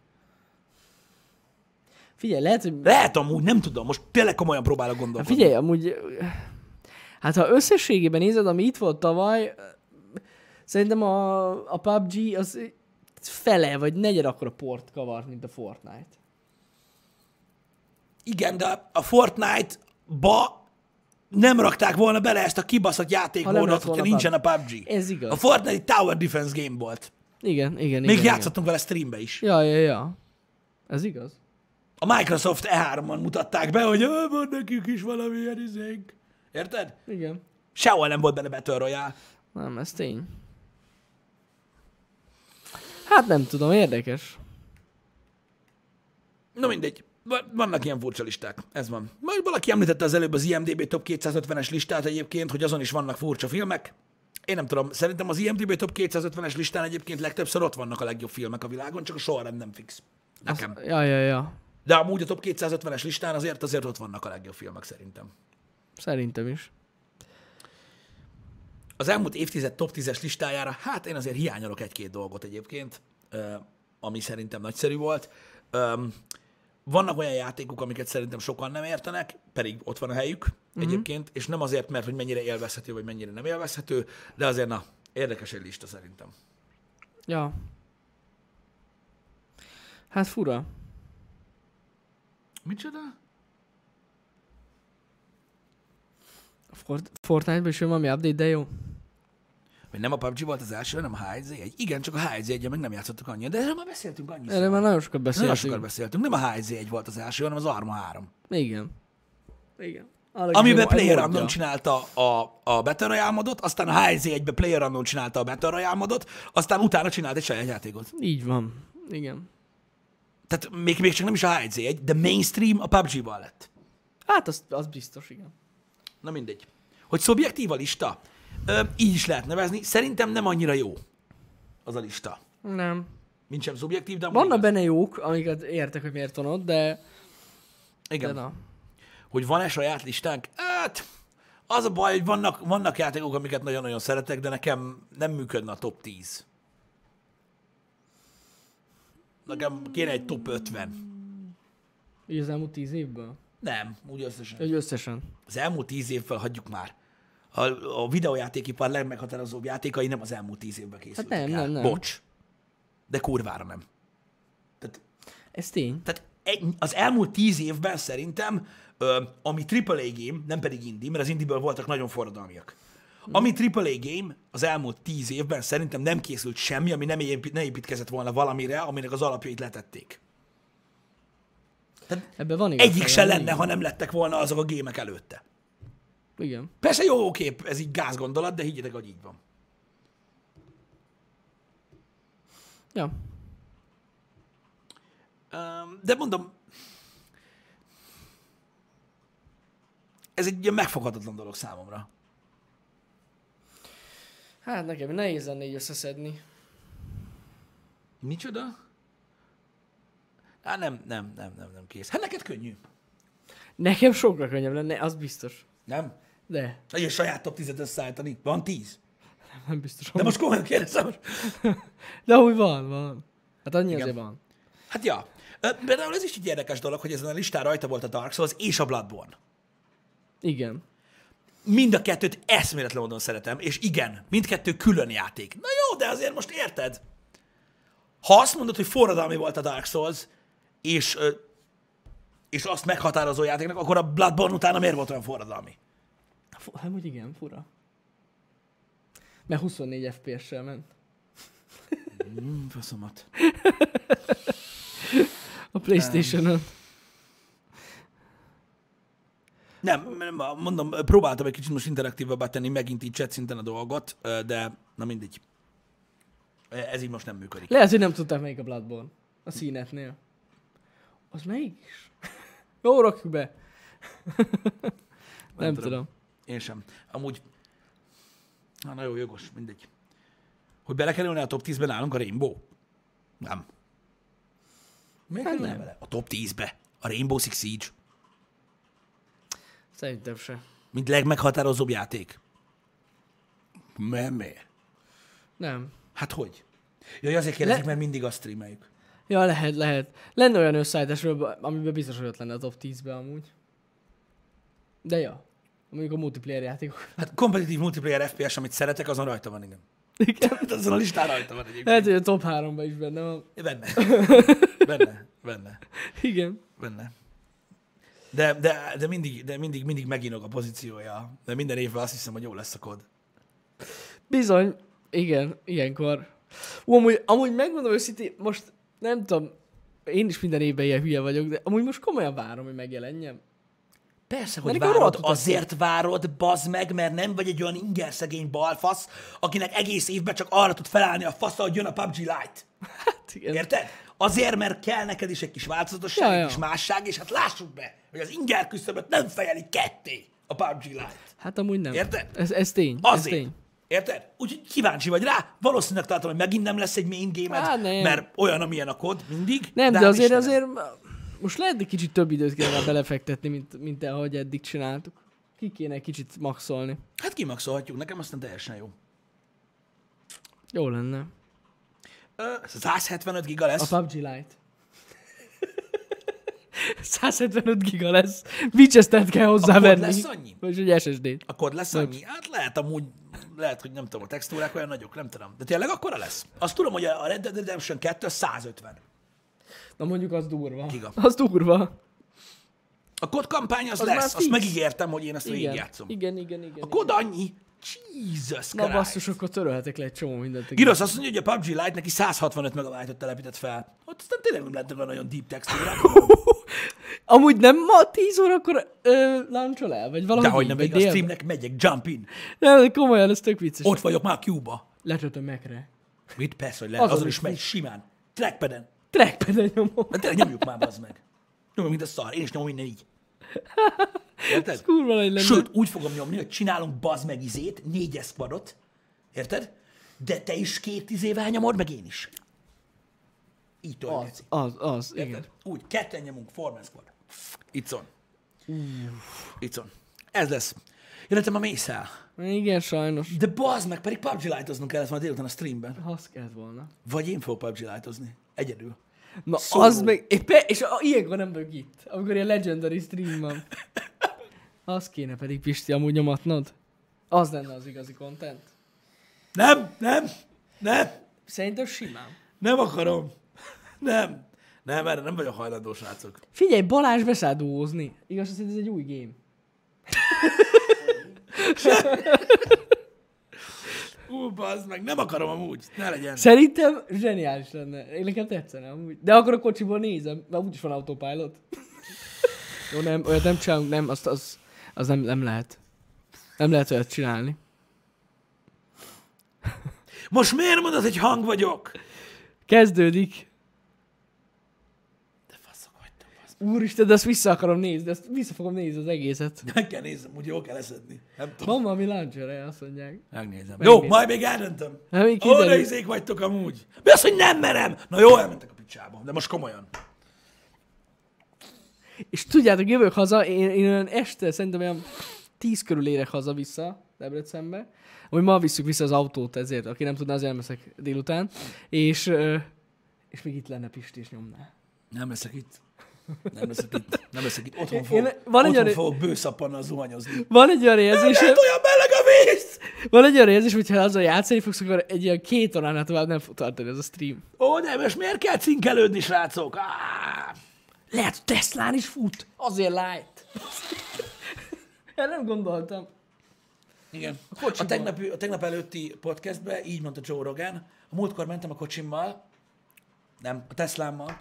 Figyelj, lehet, hogy... Lehet amúgy, nem tudom, most tényleg komolyan próbálok gondolkodni. Figyelj, amúgy... Hát ha összességében nézed, ami itt volt tavaly, szerintem a PUBG az fele, vagy negyed akkora port kavart, mint a Fortnite. Igen, de a Fortnite-ba nem rakták volna bele ezt a kibaszott játékmódot, hogyha nincsen a PUBG. Ez igaz. A Fortnite egy Tower Defense game volt. Igen. Még játszottunk vele streambe is. Ja. Ez igaz. A Microsoft E3-on mutatták be, hogy van nekünk is valamilyen izénk. Érted? Igen. Sehol nem volt benne Battle Royale. Nem, ez tény. Hát nem tudom, érdekes. Na mindegy. Vannak ilyen furcsa listák. Ez van. Majd valaki említette az előbb az IMDb Top 250-es listát egyébként, hogy azon is vannak furcsa filmek. Én nem tudom, szerintem az IMDb Top 250-es listán egyébként legtöbbször ott vannak a legjobb filmek a világon, csak a sorrend nem fix. Nekem. Ja. De amúgy a Top 250-es listán azért ott vannak a legjobb filmek szerintem. Szerintem is. Az elmúlt évtized Top 10-es listájára, hát én azért hiányolok egy-két dolgot egyébként, ami szerintem nagyszerű volt. Vannak olyan játékok, amiket szerintem sokan nem értenek, pedig ott van a helyük egyébként, és nem azért, mert hogy mennyire élvezhető, vagy mennyire nem élvezhető, de azért na, érdekes egy lista szerintem. Ja. Hát fura. Micsoda? A Fortnite-ban is jön valami update, de jó. Vagy nem a PUBG volt az első, hanem a HZ1. Igen, csak a HZ1-en meg nem játszottuk annyira, de erről már beszéltünk annyiszor. Erről már nagyon sokat Nagyon beszéltünk. sokat beszéltünk. Nem a HZ1 volt az első, hanem az Arma 3. Igen. Igen. Amiben PlayerUnknown csinálta a Battle Royale modot, aztán a HZ1-ben PlayerUnknown csinálta a Battle Royale modot, aztán utána csinált egy saját játékot. Így van. Igen. Tehát még csak nem is a HZ1, de mainstream a PUBG-val lett. Hát az biztos, igen. Na mindegy. Hogy szubjektív a lista? Így is lehet nevezni. Szerintem nem annyira jó az a lista. Nem. Mint sem szubjektív, de amúgy Vannak igaz. benne jók, amiket értek, hogy miért van ott, de... Igen. De na. Hogy van-e saját listánk? Hát, az a baj, hogy vannak játékok, amiket nagyon-nagyon szeretek, de nekem nem működne a top 10. Nekem kéne egy top 50. Így az elmúlt 10 évből? Nem, úgy összesen. Vagy összesen? Az elmúlt 10 évvel hagyjuk már. A videójátékipar legmeghatározóbb játékai nem az elmúlt 10 évben készültek Hát nem. Bocs. De kurvára nem. Ez tény. Tehát az elmúlt 10 évben szerintem, ami AAA game, nem pedig indie, mert az indieből voltak nagyon forradalmiak. Ami AAA game az elmúlt 10 évben szerintem nem készült semmi, ami nem építkezett volna valamire, aminek az alapjait letették. Tehát Ebben van igazság. egyik se lenne, ha nem lettek volna azok a gémek előtte. Igen. Persze jó kép, ez így gázgondolat, de higgyétek, hogy így van. Ja. De mondom, ez egy ilyen megfoghatatlan dolog számomra. Hát nekem nehéz lenne így összeszedni. Micsoda? Hát nem kész. Hát neked könnyű. Nekem sokkal könnyebb lenne, az biztos. Nem? De. Egy saját top 10-et összeállítani. Van 10. Nem biztos. De most komolyan kérdezem. De úgy van. Hát annyi Igen. azért van. Hát ja. Például ez is egy érdekes dolog, hogy ezen a listán rajta volt a Dark Souls és a Bloodborne. Igen. Mind a kettőt eszméletlen módon szeretem, és igen, mindkettő külön játék. Na jó, de azért most érted? Ha azt mondod, hogy forradalmi volt a Dark Souls, és azt meghatározó játéknak, akkor a Bloodborne utána miért volt olyan forradalmi? Hát úgy igen, fura. Mert 24 FPS-sel ment. Faszomat. A PlayStation-on. Nem, mondom, próbáltam egy kicsit most interaktívabbá tenni megint így chat szinten a dolgot, de na mindegy. Ez így most nem működik. Lehet, hogy nem tudták melyik a Bloodborne. A színetnél. Az melyik is? Jó, rakjuk be. Nem tudom. Én sem. Amúgy, na jó, jogos, mindegy. Hogy belekerülne a top 10-ben nálunk a Rainbow? Nem. Miért Hát kerülne nem. bele? A top 10-be. A Rainbow Six Siege. Szerintem se. Mint legmeghatározóbb játék. Miért? Nem. Hát hogy? Jaj, azért kérdezik, mert mindig azt streameljük. Ja, lehet. Lenne olyan összeállítás, amiben biztos, hogy ott lenne a top 10-be amúgy. De ja. Mondjuk a multiplayer játékok. Hát kompetitív multiplayer FPS, amit szeretek, azon rajta van, igen. Igen. Azon a listán rajta van egyébként. Lehet, hogy a top 3-ban is benne van. Benne. Igen. De mindig meginog a pozíciója. De minden évben azt hiszem, hogy jó lesz a kód. Bizony. Igen, ilyenkor. Amúgy megmondom őszintén, most nem tudom, én is minden évben ilyen hülye vagyok, de amúgy most komolyan várom, hogy megjelenjem. Persze, hogy Mert nekem várod, rohadtul azért várod, bazd meg, mert nem vagy egy olyan ingerszegény balfasz, akinek egész évben csak arra tud felállni a fasza, hogy jön a PUBG Lite. Hát igen. Érted? Azért, mert kell neked is egy kis változatosság, Ja. egy kis másság, és hát lássuk be, hogy az inger küszöböt nem fejeli ketté a PUBG Lite. Hát amúgy nem. Érted? Ez tény. Ez Azért. tény. Érted? Úgyhogy kíváncsi vagy rá. Valószínűleg találtam, hogy megint nem lesz egy main game-ed, Hát nem. mert olyan, amilyen a kód mindig. Nem, de hát azért, Istenem. most lehet egy kicsit több időt kéne belefektetni, mint ahogy eddig csináltuk. Ki kéne kicsit maxolni. Hát kimaxolhatjuk, nekem aztán teljesen jó. Jó lenne. 175 giga lesz. A PUBG Lite. 175 giga lesz. Winchester-t kell hozzávenni. lesz annyi? Vagy egy SSD-t. A kód lesz annyi? Hát lehet amúgy, lehet, hogy nem tudom, a textúrák olyan nagyok, nem tudom. De tényleg akkora lesz? Azt tudom, hogy a Red Dead Redemption 2 150. Na mondjuk az durva. Giga. Az durva. A kód kampány az Az már lesz, azt fix. megígértem, hogy én ezt végigjátszom. Igen. A kód annyi, Jesus Na Christ. basszus, akkor törölhetek le egy csomó mindent. Girosz azt mondja, hogy a PUBG Lite neki 165 megabájtot telepített fel. Ott aztán tényleg nem lettek olyan nagyon deep textúrák. Amúgy nem ma 10 órakor launchol el? Vagy valahogy Dehogy így, nem, vagy még a délben? streamnek megyek, jump in. Nem, de komolyan, ez tök vicces. Ott vagyok már Q-ba. Letöltöm Mac-re. Mit? Persze, hogy lehet. Azon Azon is is megy simán. Trackpaden. Trackpad-en nyomom. Mert tényleg nyomjuk már, bazd meg. Nyomjuk, mint a szar. Én is nyomom minden így. Érted? Kurva nagy lenne. Sőt, úgy fogom nyomni, hogy csinálunk bazd meg izét, 4 squadot. Érted? De te is 2 izével nyomod, meg én is. Így töltjük. Az, igen. Érted? Úgy, ketten nyomunk, Foreman Squad. It's on. It's on. Ez lesz. Jöttem a mész el. Igen, sajnos. De bazd meg, pedig PUBG Lite-oznunk kellett volna délután a streamben. Az kellett volna. Vagy én fogok PUBG Lite-ozni. Egyedül. Na, Szóló. az meg... És ilyenkor nem vagyok itt. Amikor ilyen legendary stream van. Az kéne pedig, Pisti, amúgy nyomatnod. Az lenne az igazi content. Nem. Szerintem simán. Nem akarom. Nem, erre nem vagyok hajlandó, srácok. Figyelj, Balázs beszáll duózni. Igaz, hogy ez egy új game. Bazd meg, nem akarom amúgy. Ne legyen. Szerintem zseniális lenne. Én nekem tetszene amúgy. De akkor a kocsiból nézem, mert úgyis van autopilot. Jó, nem, olyat nem csinálunk, nem, az nem lehet. Nem lehet olyat csinálni. Most miért mondod, hogy hang vagyok? Kezdődik. De faszok vagytok, bazd Úristen, de azt vissza akarom nézni, ezt vissza fogom nézni az egészet. meg. Meg kell néznem, úgy jól kell leszedni. Nem tudom. Van valami launcher, azt mondják. Megnézem. Megnézem. Jó, majd még eldöntöm. Na, még Óra kiderül. izék vagytok amúgy. Mi az, hogy nem merem? Na jó, elmentek a picsába. De most komolyan. És tudjátok, jövök haza, én olyan este szerintem olyan 10 körül érek haza vissza Debrecenbe. Amúgy ma visszük vissza az autót ezért, aki nem tudná, azért elmeszek délután. És még itt lenne Pisti és nyomná. Nem leszek itt. Nem leszek itt. Otthon van egy otthon olyan- fogok bőszappannal zuhanyozni. Van egy olyan érzésem, Lehet olyan meleg a víz! van egy olyan érzés, hogyha azzal játszani fogsz, akkor egy ilyen 2 óránál tovább nem fog tartani ez a stream. Ó, de most miért kell cinkelődni, srácok? Áh! Lehet, hogy Teslán is fut. Azért light. Erre nem gondoltam. Igen. A kocsiban. tegnap előtti podcastben így mondta Joe Rogan, a múltkor mentem a kocsimmal, nem, a Teslámmal.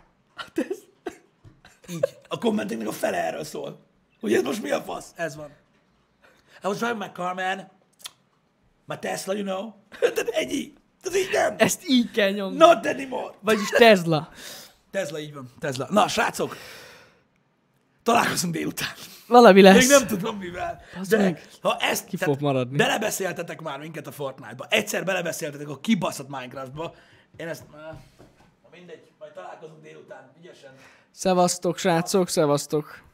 Így. A kommenteknek a fele erről szól. Hogy ez most mi a fasz? Ez van. I was driving my car, man. My Tesla, you know. Tehát ennyi. Tehát így nem. Ezt így kell nyomni. Not anymore. Vagyis Tesla. Tesla, így van. Tesla. Na, srácok. Találkozunk délután. Valami lesz. Még nem tudom mivel. Az De meg. ha ezt Ki fog maradni. belebeszéltetek már minket a Fortnite-ba, egyszer belebeszéltetek a kibaszott Minecraftba, én ezt mindegy, majd találkozunk délután, ügyesen. Szevasztok, srácok, szevasztok.